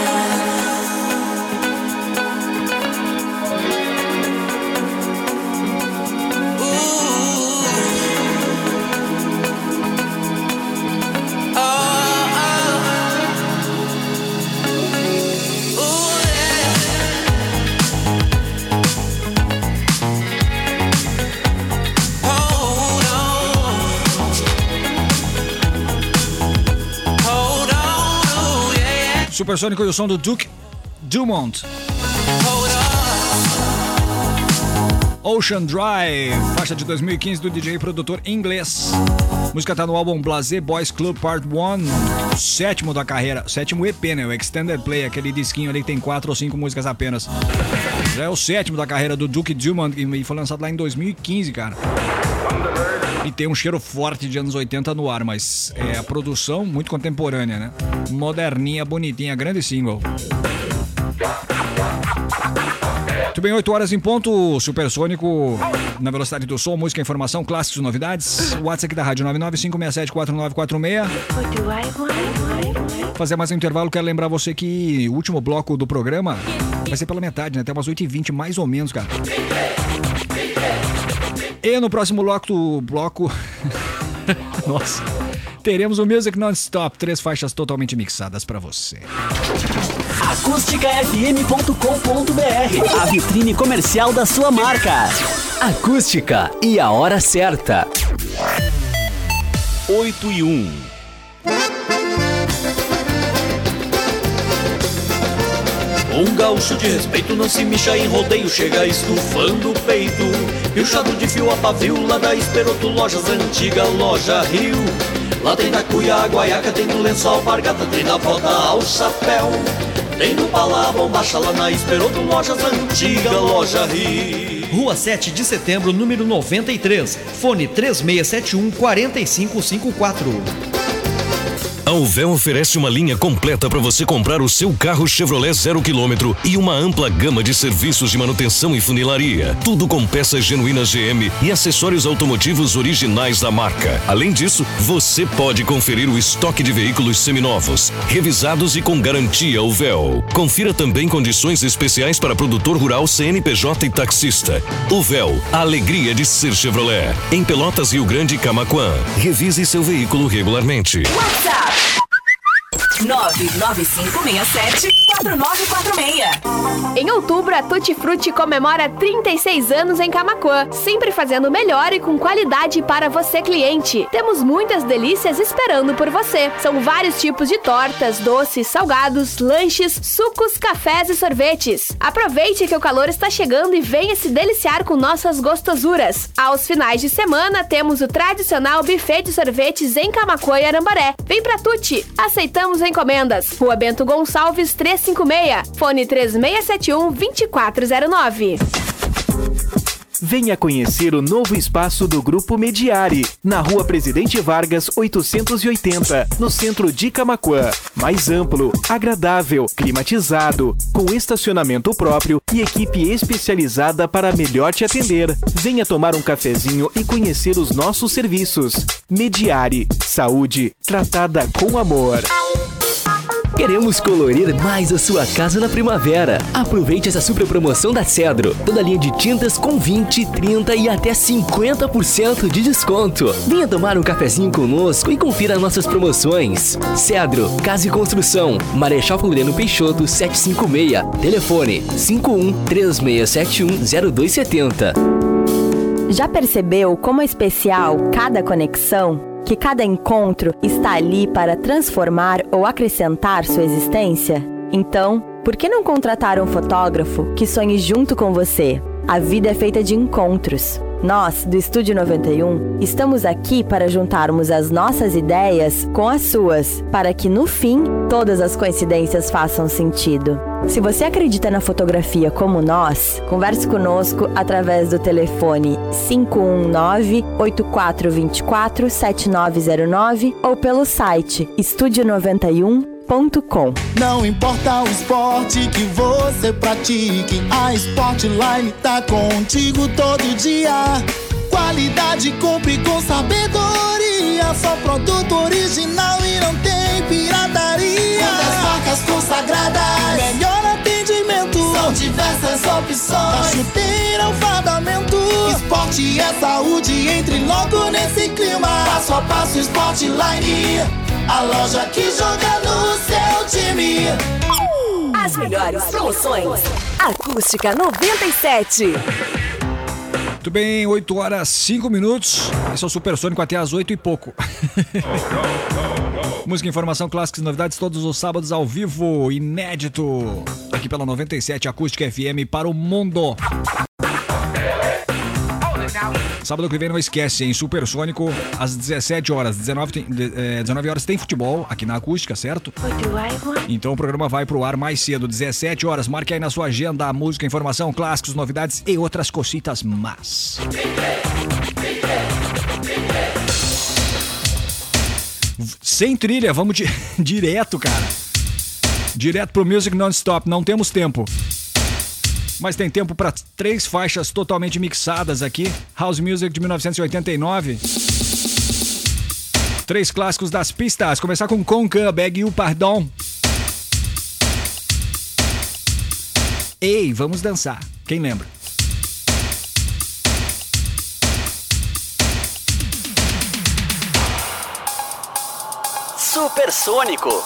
Supersônico e o som do Duke Dumont. Ocean Drive, faixa de dois mil e quinze do D J e produtor inglês. A música tá no álbum Blasé Boys Club Part um, o sétimo da carreira, sétimo E P, né? O Extended Play, aquele disquinho ali que tem quatro ou cinco músicas apenas. Já é o sétimo da carreira do Duke Dumont e foi lançado lá em dois mil e quinze, cara. E tem um cheiro forte de anos oitenta no ar, mas é a produção muito contemporânea, né? Moderninha, bonitinha, grande single. Muito bem, oito horas em ponto, Supersônico na velocidade do som, música, informação, clássicos, novidades. O WhatsApp aqui da rádio nove nove cinco seis sete quatro nove quatro seis. Fazer mais um intervalo, quero lembrar você que o último bloco do programa vai ser pela metade, né? Até umas oito e vinte, mais ou menos, cara. E no próximo bloco, bloco... Nossa, teremos o Music Non-Stop, três faixas totalmente mixadas pra você. acústica f m ponto com ponto b r, a vitrine comercial da sua marca. Acústica e a hora certa. oito e um. Um gaúcho de respeito não se mixa em rodeio, chega estufando o peito. Piochado de fio a pavio, lá da Esperoto Lojas, antiga Loja Rio. Lá tem da cuia a guaiaca, tem no lençol alpargata, tem da bota ao chapéu. Tem no pala bombacha, lá na Esperoto Lojas, antiga Loja Rio. Rua sete de setembro, número noventa e três. Fone três seis sete um, quatro cinco cinco quatro. A Uvel oferece uma linha completa para você comprar o seu carro Chevrolet zero quilômetro e uma ampla gama de serviços de manutenção e funilaria. Tudo com peças genuínas G M e acessórios automotivos originais da marca. Além disso, você pode conferir o estoque de veículos seminovos, revisados e com garantia Uvel. Confira também condições especiais para produtor rural, C N P J e taxista. Uvel, a alegria de ser Chevrolet. Em Pelotas, Rio Grande e Camaquã. Revise seu veículo regularmente. WhatsApp nove nove cinco seis sete quatro nove quatro seis. Em outubro, a Tutti Frutti comemora trinta e seis anos em Camaquã, sempre fazendo melhor e com qualidade para você, cliente. Temos muitas delícias esperando por você. São vários tipos de tortas, doces, salgados, lanches, sucos, cafés e sorvetes. Aproveite que o calor está chegando e venha se deliciar com nossas gostosuras. Aos finais de semana, temos o tradicional buffet de sorvetes em Camaquã e Arambaré. Vem pra Tutti! Aceitamos encomendas. Rua Bento Gonçalves trezentos e cinquenta e seis. Fone três seis sete um, dois quatro zero nove. Venha conhecer o novo espaço do Grupo Mediari, na Rua Presidente Vargas oitocentos e oitenta, no centro de Camaquã. Mais amplo, agradável, climatizado, com estacionamento próprio e equipe especializada para melhor te atender. Venha tomar um cafezinho e conhecer os nossos serviços. Mediari, saúde tratada com amor. Queremos colorir mais a sua casa na primavera. Aproveite essa super promoção da Cedro. Toda linha de tintas com vinte, trinta e até cinquenta por cento de desconto. Venha tomar um cafezinho conosco e confira nossas promoções. Cedro, Casa e Construção, Marechal Floriano Peixoto setecentos e cinquenta e seis. Telefone cinco um, três seis sete um, zero dois sete zero. Já percebeu como é especial cada conexão? Que cada encontro está ali para transformar ou acrescentar sua existência? Então, por que não contratar um fotógrafo que sonhe junto com você? A vida é feita de encontros. Nós, do Estúdio noventa e um, estamos aqui para juntarmos as nossas ideias com as suas, para que, no fim, todas as coincidências façam sentido. Se você acredita na fotografia como nós, converse conosco através do telefone cinco um nove, oito quatro dois quatro, sete nove zero nove ou pelo site estúdio noventa e um ponto com. Não importa o esporte que você pratique, a Sportline tá contigo todo dia. Qualidade compre com sabedoria, só produto original e não tem pirataria. Quantas marcas consagradas, melhor atendimento, são diversas opções, da chuteira ao fardamento. Esporte é saúde, entre logo nesse clima. Passo a passo Sportline, a loja que joga no seu time. As melhores promoções. Acústica noventa e sete. Muito bem, oito horas, cinco minutos. Esse é o Supersônico até às oito e pouco. Música, informação, clássicos e novidades todos os sábados ao vivo, inédito. Aqui pela noventa e sete Acústica F M para o mundo. Sábado que vem não esquece, em Supersônico, às dezessete horas, dezenove, tem, é, dezenove horas tem futebol aqui na Acústica, certo? Então o programa vai pro ar mais cedo, dezessete horas. Marque aí na sua agenda a música, informação, clássicos, novidades e outras cositas más. Sem trilha, vamos di- direto, cara. Direto pro Music Non-Stop, não temos tempo. Mas tem tempo para três faixas totalmente mixadas aqui. House Music de mil novecentos e oitenta e nove. Três clássicos das pistas. Começar com Conca, Beg You Pardon. Ei, vamos dançar. Quem lembra? Supersônico.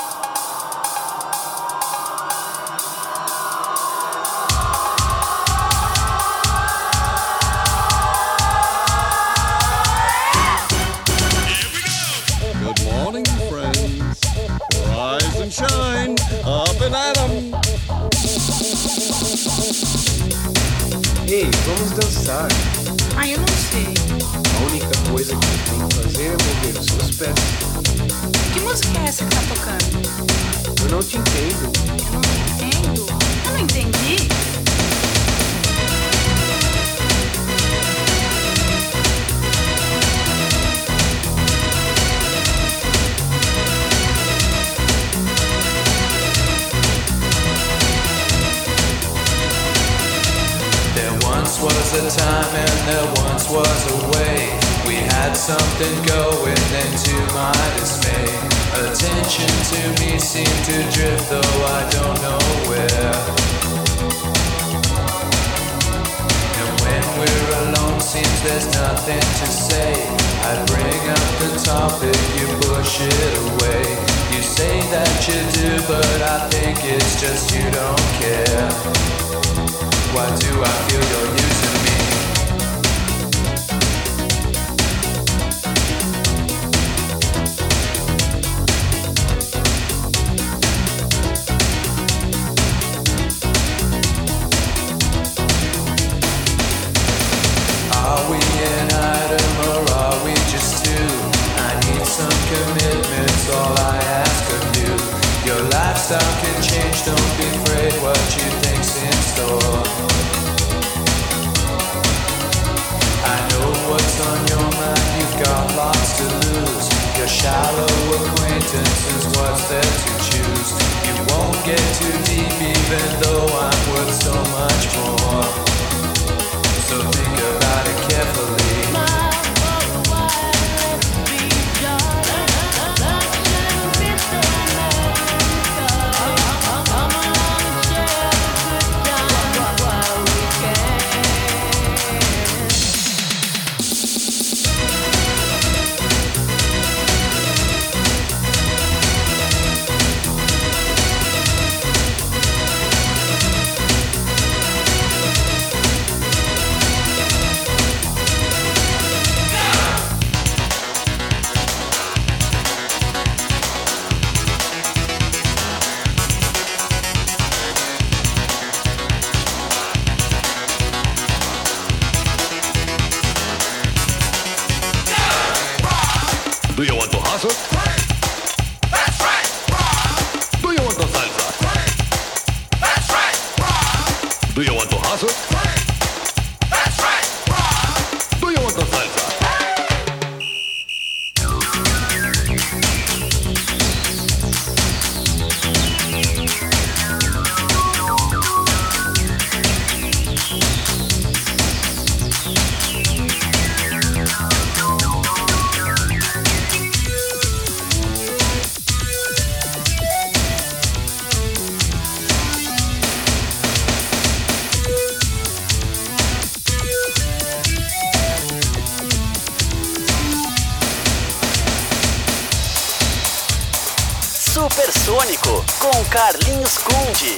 Shine up and at 'em. Ei, vamos dançar. Ah, eu não sei. A única coisa que você tem que fazer é mover os seus pés. Que música é essa que tá tocando? Eu não te entendo. Eu não te entendo? Eu não entendi. Once was a time and there once was a way. We had something going and to my dismay, attention to me seemed to drift though I don't know where. And when we're alone seems there's nothing to say. I bring up the topic, you push it away. You say that you do but I think it's just you don't care. Why do I feel you're using me? Are we an item or are we just two? I need some commitments, all I ask of you. Your lifestyle can change, don't be afraid what you think's in store. lots to lose. Your shallow acquaintance is what's there to choose. You won't get too deep even though I'm worth so much more. So think about it carefully. Do you want to hustle? That's right. Do you want to salsa? That's right. Do you want to hustle? That's right. Do you want to salsa? Supersônico com Carlinhos Conde.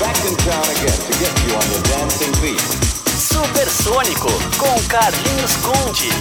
Supersônico com Carlinhos Conde.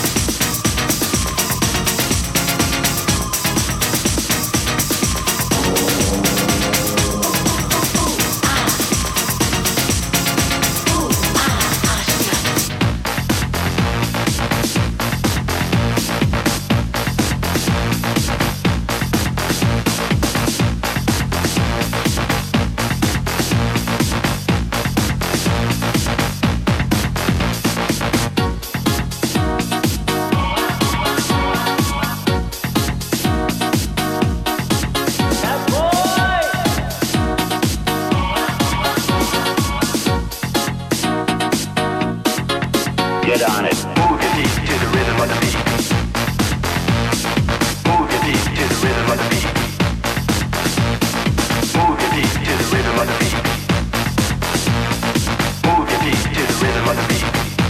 Get on it. Move your feet to the rhythm of the beat. Move your feet to the rhythm of the beat. Move your feet to the rhythm of the beat. Move your feet to the rhythm of the beat.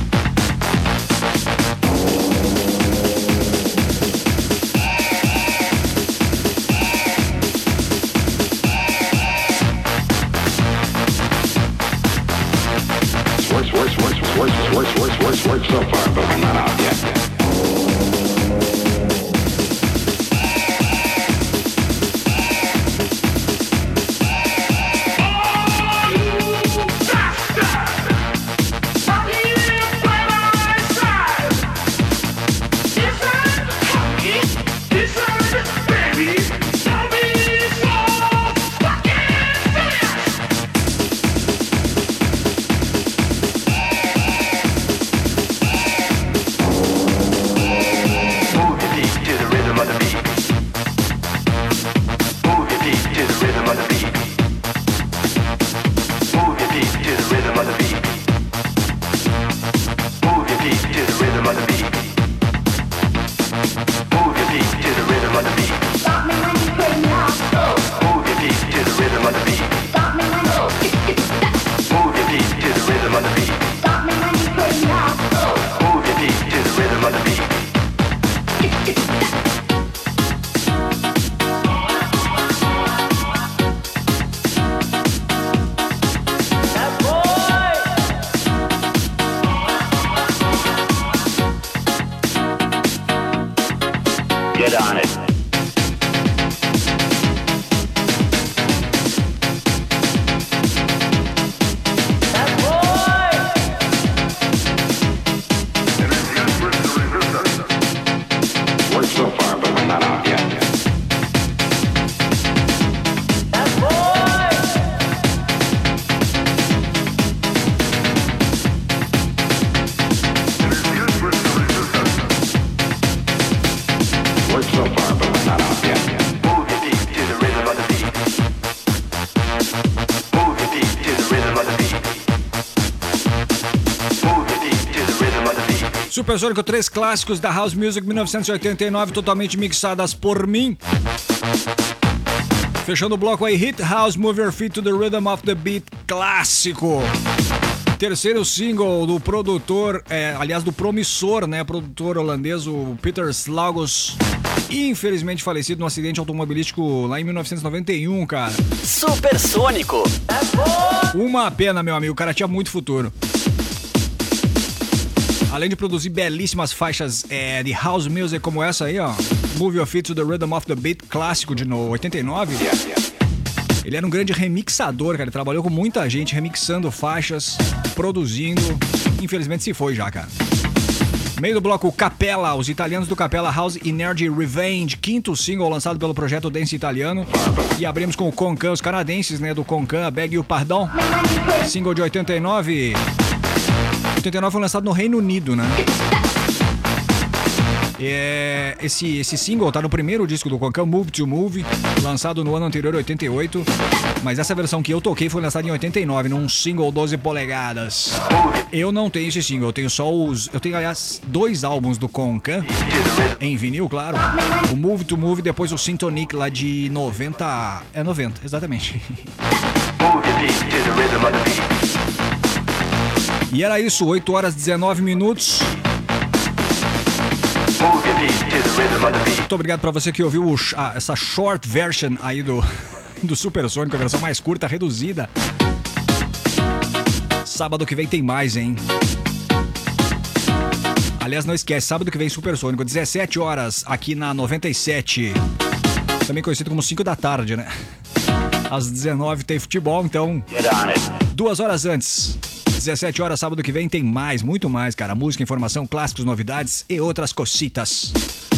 Work, work, work, work, work, work, work, work so far, but we're not out yet. Get on it. Work so far, but we're not out yet. Work so far, but we're not out yet. Move your feet to the rhythm of the beat. Move your feet to the rhythm of the beat. Move your feet to the rhythm of the beat. Supersônico, três clássicos da House Music mil novecentos e oitenta e nove, totalmente mixadas por mim. Fechando o bloco aí, Hit House, Move Your Feet to the Rhythm of the Beat, clássico. Terceiro single do produtor, é, aliás, do promissor, né, produtor holandês, o Peter Slagos, infelizmente falecido num acidente automobilístico lá em mil novecentos e noventa e um, cara. Supersônico. Uma pena, meu amigo, o cara tinha muito futuro. Além de produzir belíssimas faixas é, de house music como essa aí, ó, Move Your Feet to the Rhythm of the Beat, clássico de no oitenta e nove. Ele era um grande remixador, cara. Ele trabalhou com muita gente, remixando faixas, produzindo. Infelizmente se foi já, cara. Meio do bloco, Capella, os italianos do Capella, House Energy Revenge, quinto single lançado pelo projeto Dance Italiano. E abrimos com o Concan, os canadenses, né, do Concan, Beg You Pardon, single de oitenta e nove. oitenta e nove foi lançado no Reino Unido, né? É, esse, esse single tá no primeiro disco do Concan, Move to Move, lançado no ano anterior, oitenta e oito. Mas essa versão que eu toquei foi lançada em oitenta e nove, num single doze polegadas. Eu não tenho esse single, eu tenho só os... Eu tenho, aliás, dois álbuns do Concan, em vinil, claro. O Move to Move e depois o Syntonic lá de noventa... É noventa, exatamente. E era isso, oito horas e dezenove minutos. Muito obrigado pra você que ouviu o, ah, essa short version aí do, do Supersônico, a versão mais curta, reduzida. Sábado que vem tem mais, hein? Aliás, não esquece, sábado que vem Supersônico, dezessete horas, aqui na noventa e sete. Também conhecido como cinco da tarde, né? Às dezenove tem futebol, então duas horas antes. dezessete horas, sábado que vem tem mais, muito mais, cara. Música, informação, clássicos, novidades e outras cositas.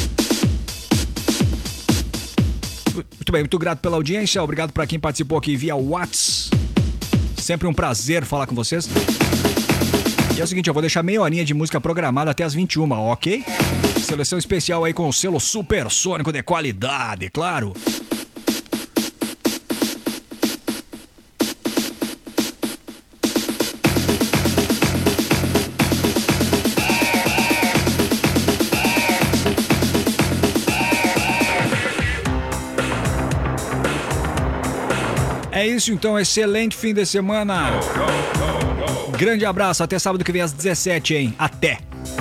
Muito bem, muito grato pela audiência. Obrigado para quem participou aqui via WhatsApp. Sempre um prazer falar com vocês. E é o seguinte, eu vou deixar meia horinha de música programada até as vinte e uma, ok? Seleção especial aí com o selo Supersônico de qualidade, claro. É isso então, excelente fim de semana. Grande abraço, até sábado que vem às dezessete, hein? Até!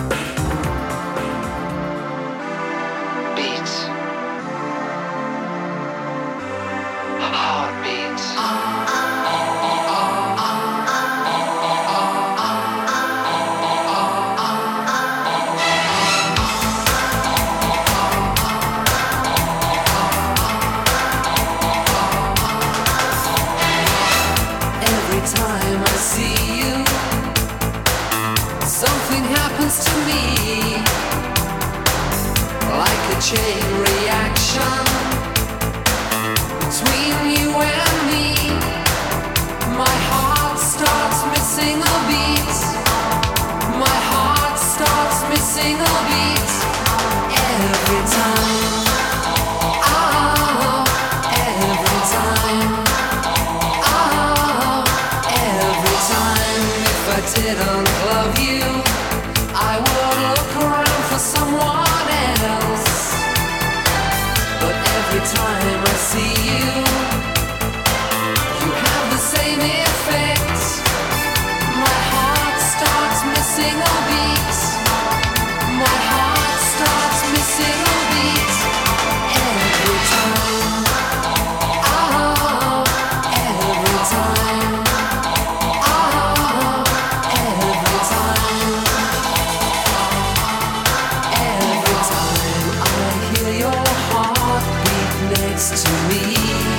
Chain reaction between you and me. My heart starts missing a beat. My heart starts missing a beat every time. Oh, every time. Oh, every time. If I didn't love you, I would look around for someone else. Every time I see you, you have the same effect. My heart starts missing a beat. My heart starts missing a beat every time. Oh, every time. Oh, every time. Every time I hear your heart next to me,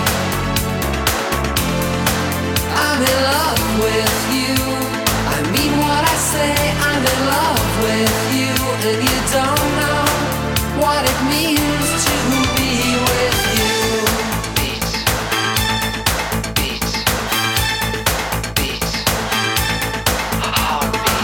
I'm in love with you. I mean what I say, I'm in love with you. And you don't know what it means to be with you. Beat, beat, beat, heartbeat.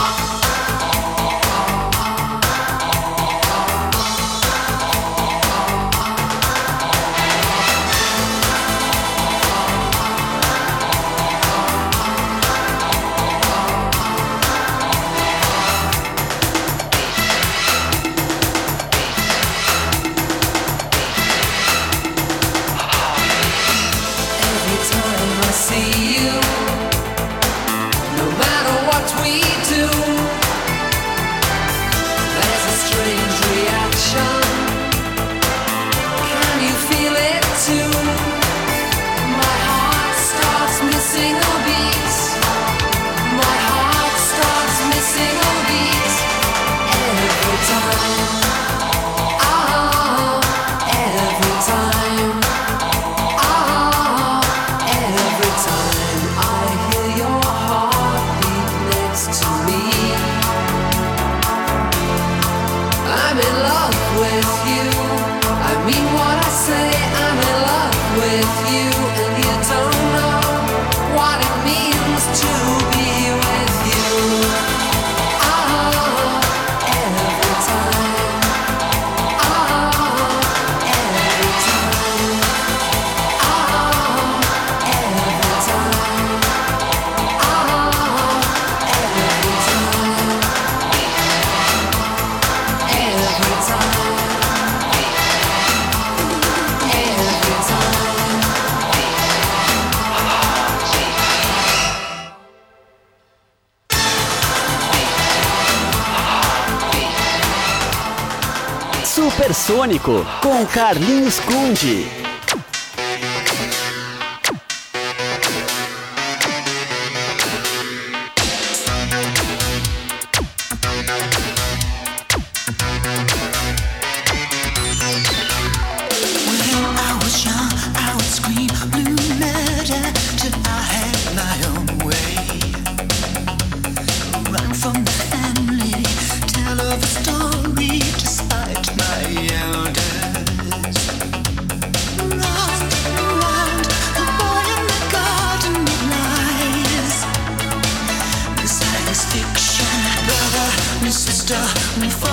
Supersônico com Carlinhos Conde.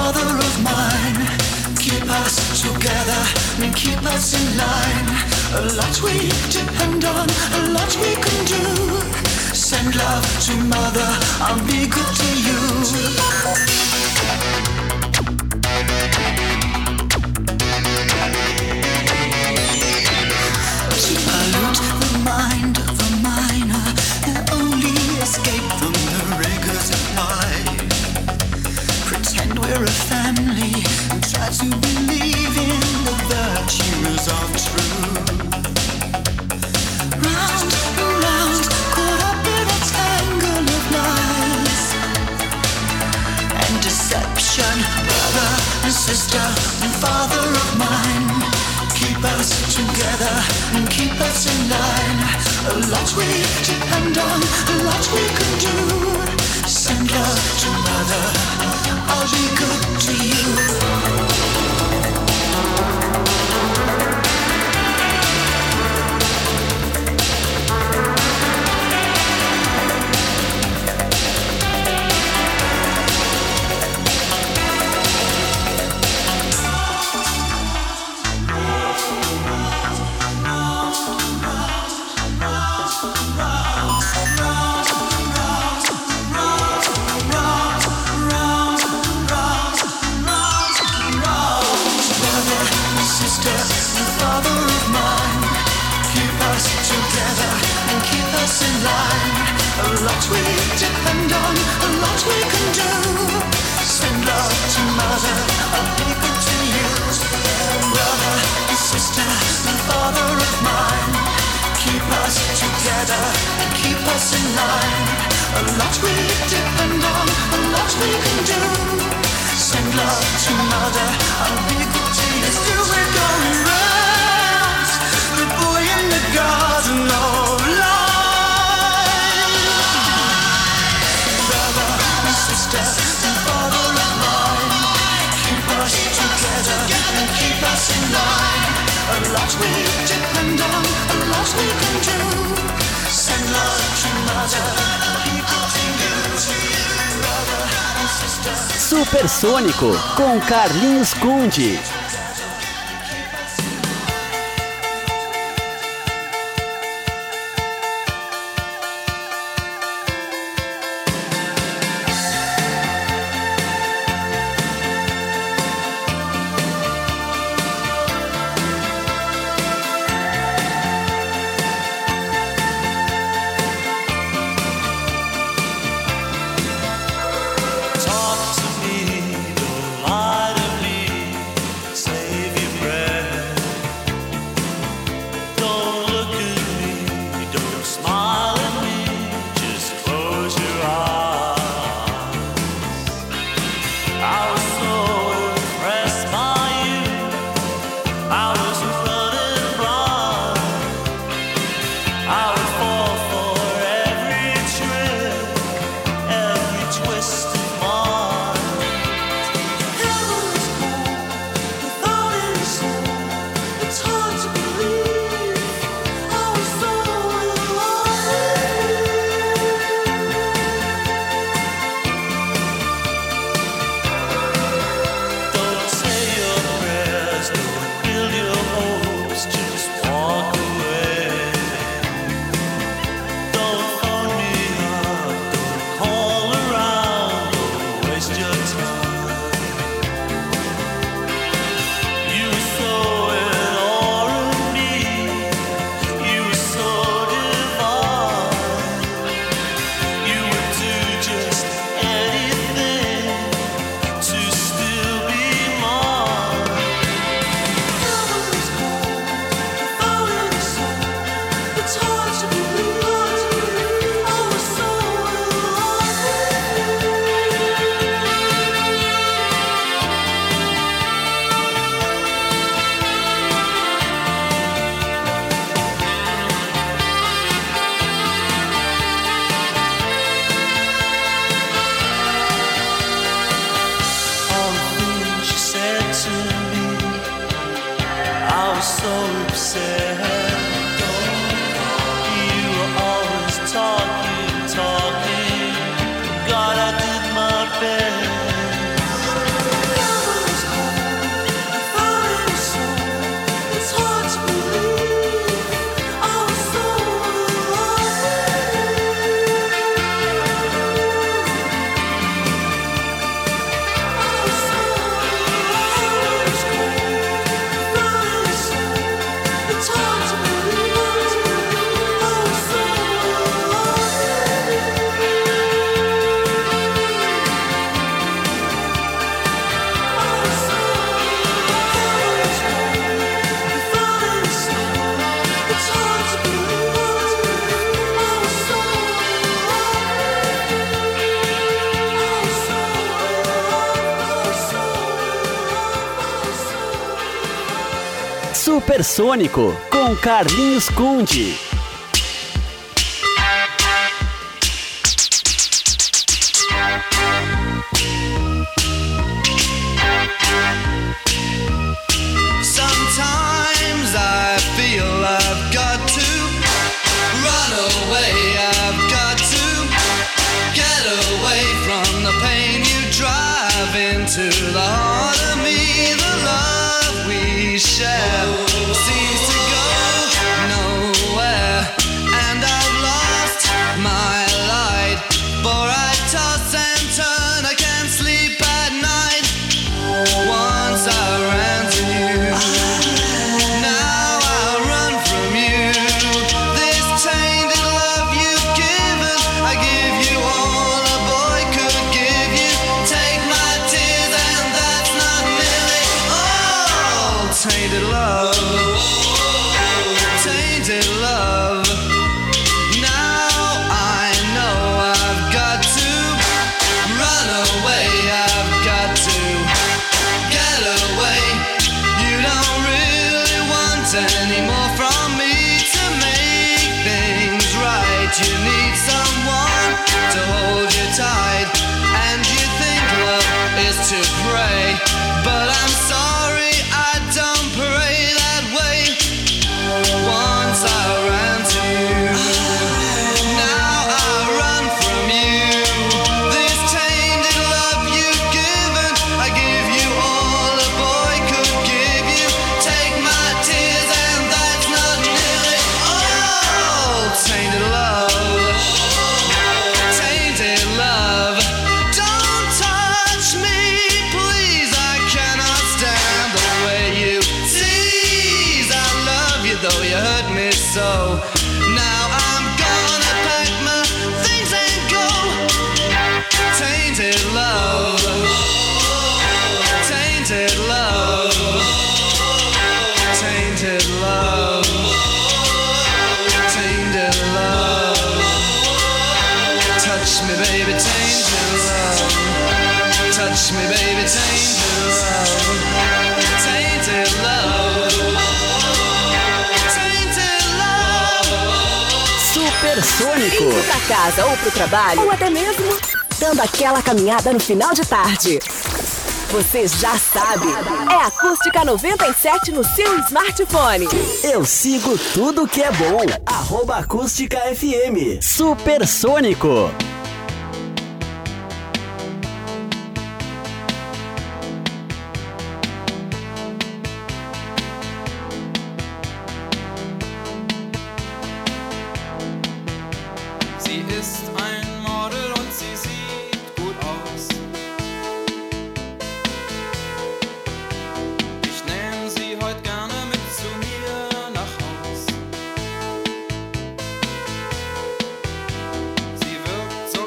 Father of mine, keep us together and keep us in line. A lot we depend on, a lot we can do. Send love to mother, I'll be good to you. Pollute the mind of a miner, and only escape from the rigors of life. Pretend we're a family and try to believe in the virtues of truth. Round and round, caught up in a tangle of lies and deception. Brother and sister and father of mine, keep us together and keep us in line. A lot we depend on, a lot we can do. Send love to mother, I'll be good to you. A lot we depend on, a lot we can do. Send love to mother, I'll be good to you. Brother and sister and father of mine, keep us together and keep us in line. A lot we depend on, a lot we can do. Send love to mother, I'll be good to you. Still we're going round, the boy in the garden of life. Sister and father of mine, keep us together and keep us in line. A lot we depend on, a lot we can do. Send love to mother, people to you, brother and sister. Supersônico com Carlinhos Conde. Supersônico, com Carlinhos Conde. Sometimes I feel I've got to run away, I've got to get away from the pain you drive into the heart of me. The love we share seems to go nowhere, and I've lost my light, for I toss and turn, I can't sleep at night. Once I ran to you, now I run from you. This tainted love you've given, I give you all a boy could give you. Take my tears and that's not nearly all. Tainted love, tainted love. Now I know I've got to run away, I've got to get away. You don't really want any more from me to make things right. You need someone to hold you tight, and you think love is to pray, but I'm sorry, I don't pray that way. Once I ran to you, now I run from you. This tainted love you've given, I give you all a boy could give you. Take my tears and that's not nearly all. Tainted love, tainted love. Don't touch me, please, I cannot stand the way you tease. I love you though you hurt me so. Now I'm gonna pack my things and go. Tainted love, tainted love, tainted love, tainted love. Touch me, baby, tainted love. Touch me, baby, tainted love. Tainted love. Tainted love. Supersônico. Indo pra casa ou pro trabalho, ou até mesmo dando aquela caminhada no final de tarde. Você já sabe, é Acústica noventa e sete no seu smartphone. Eu sigo tudo que é bom. Arroba Acústica F M. Supersônico. Sie ist ein Model und sie sieht gut aus. Ich nehm sie heut gerne mit zu mir nach Haus. Sie wirkt so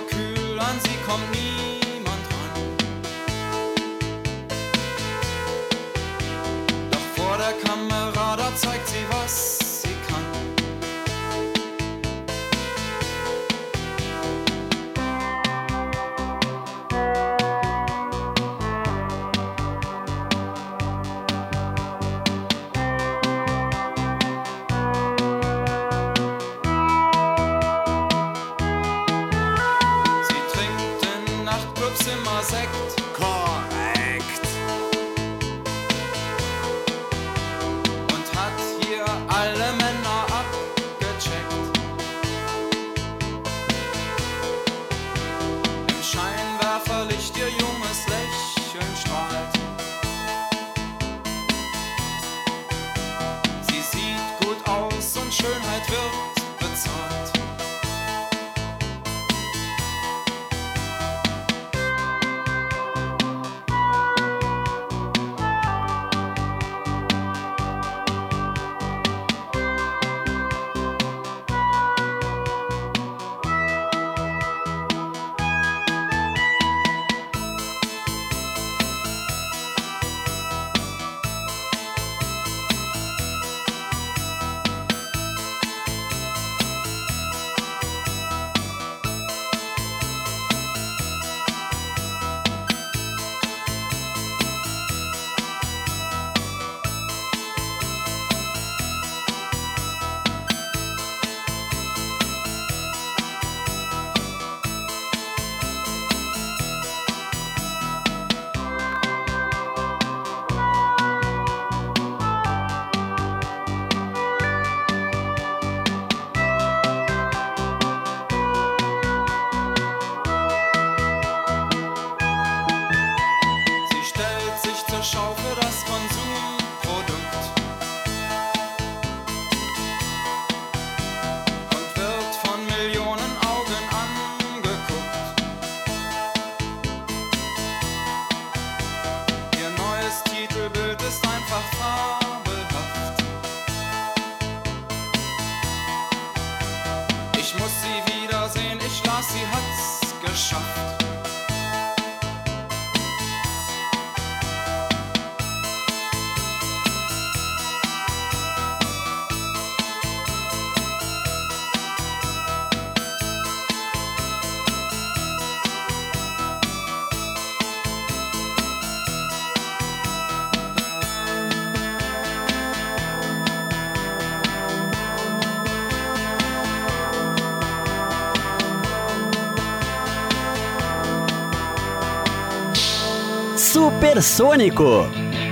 Supersônico.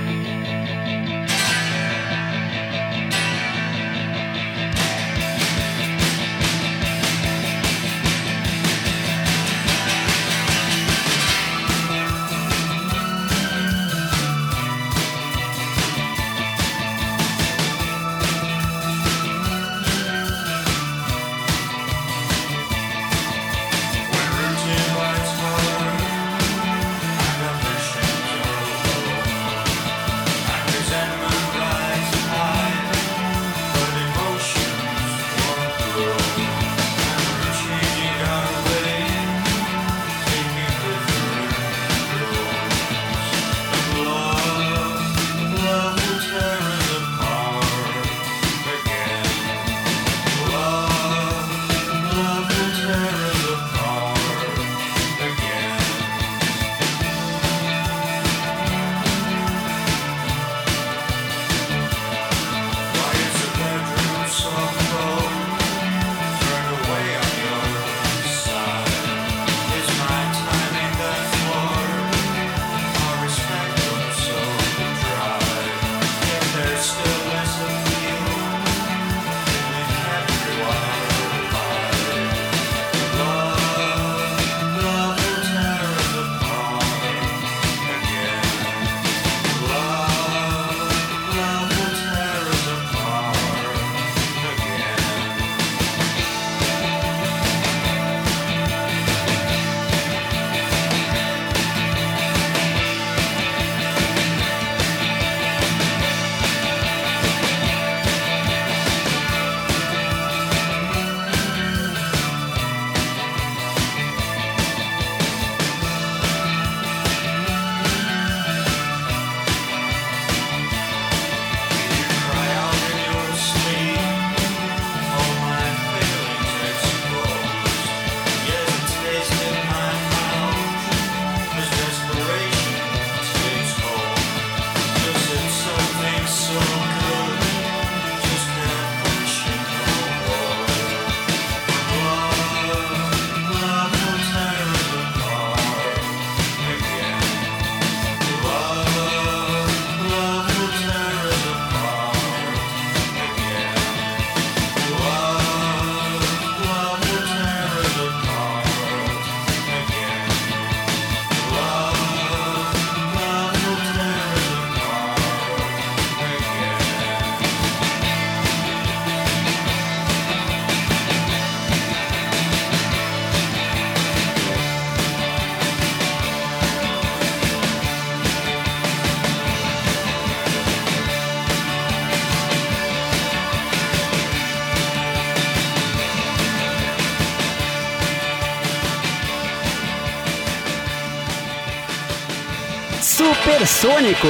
Supersônico.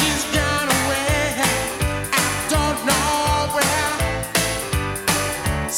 She's gone away, I don't know where.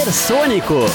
Supersônico.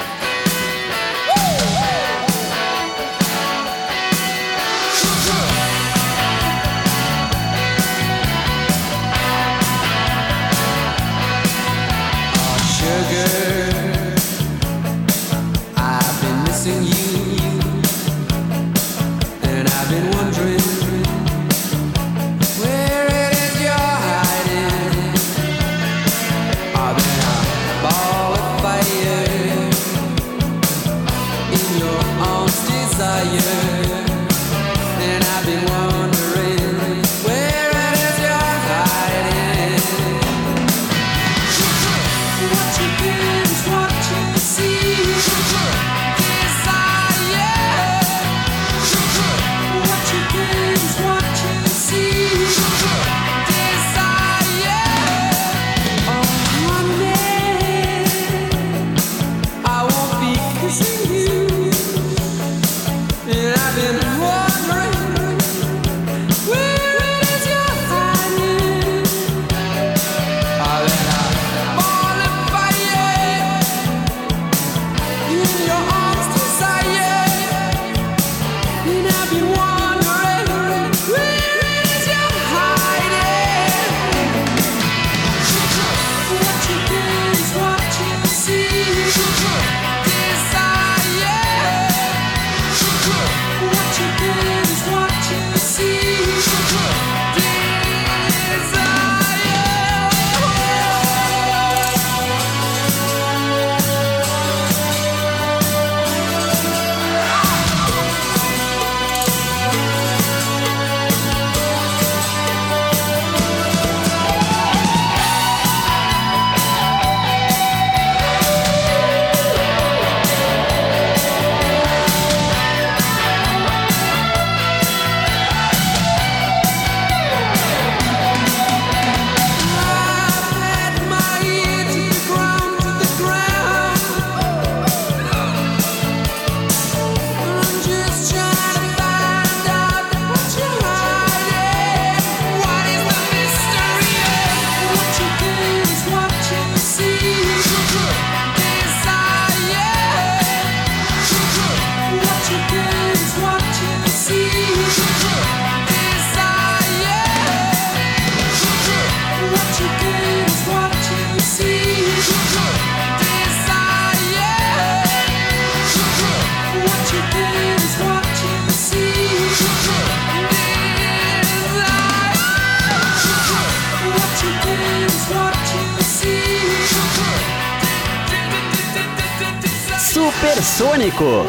Supersônico.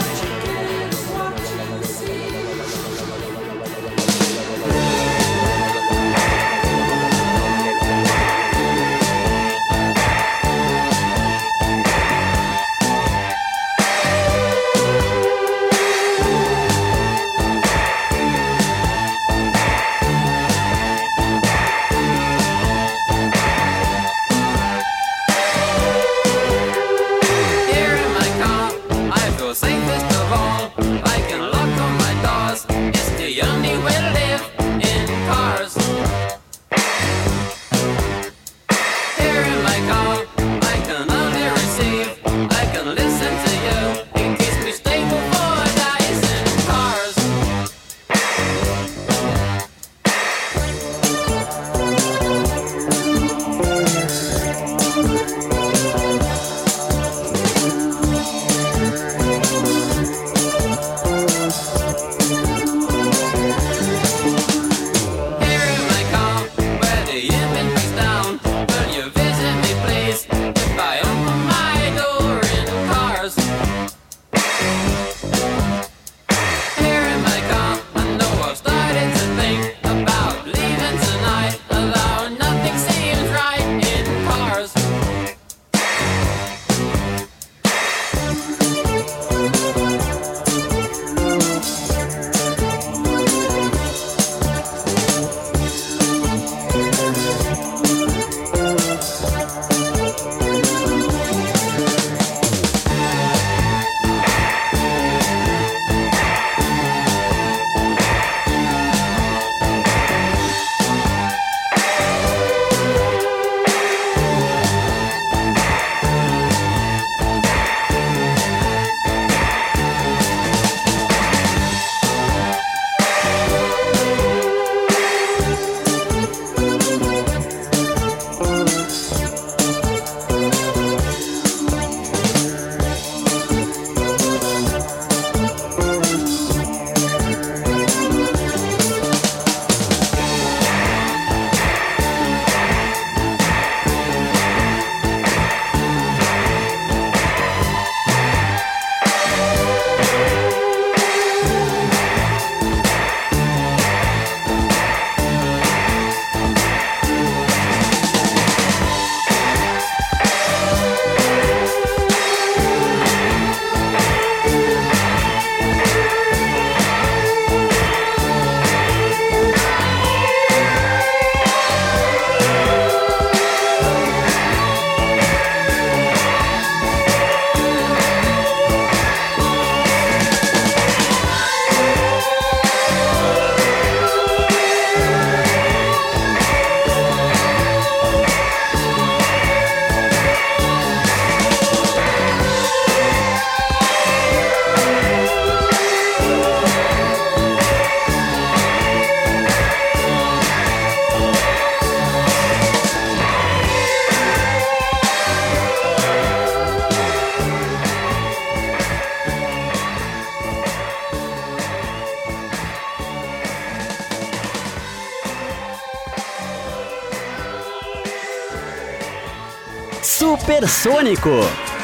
Supersônico.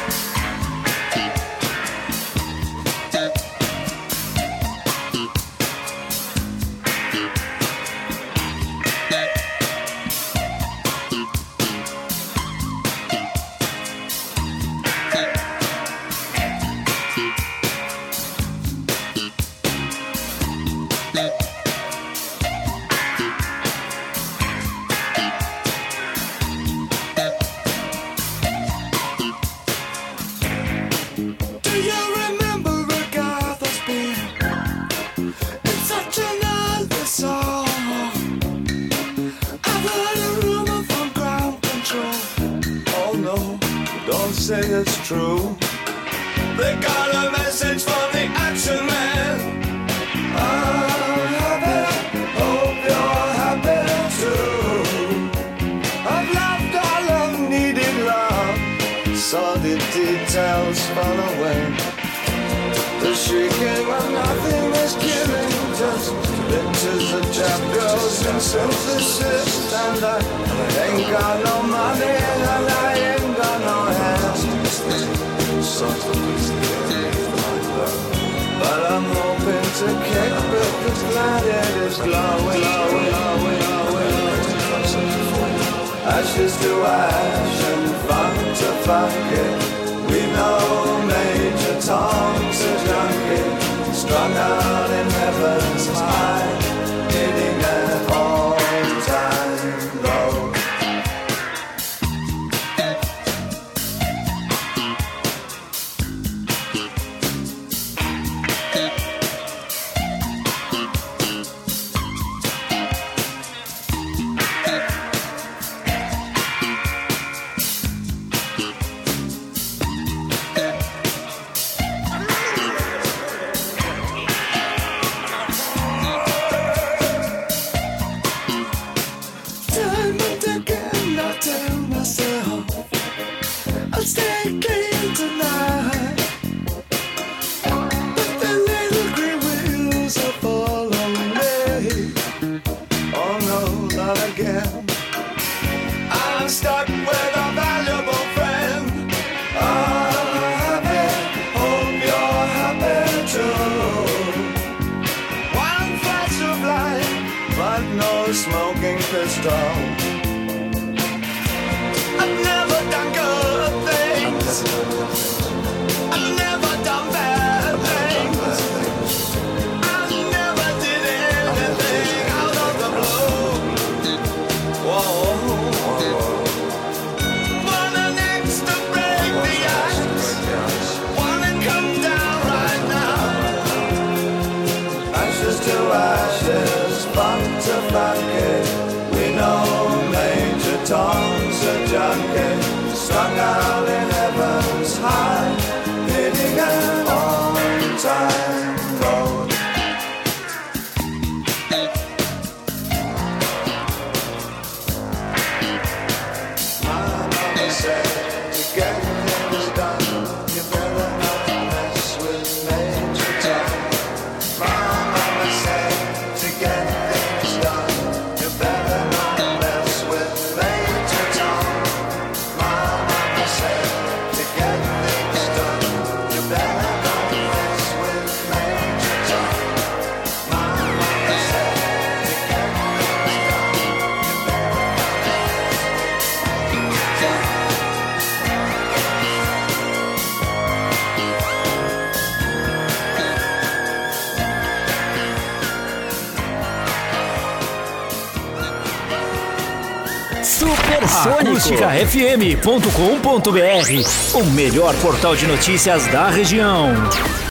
acústica f m ponto com ponto b r, o melhor portal de notícias da região.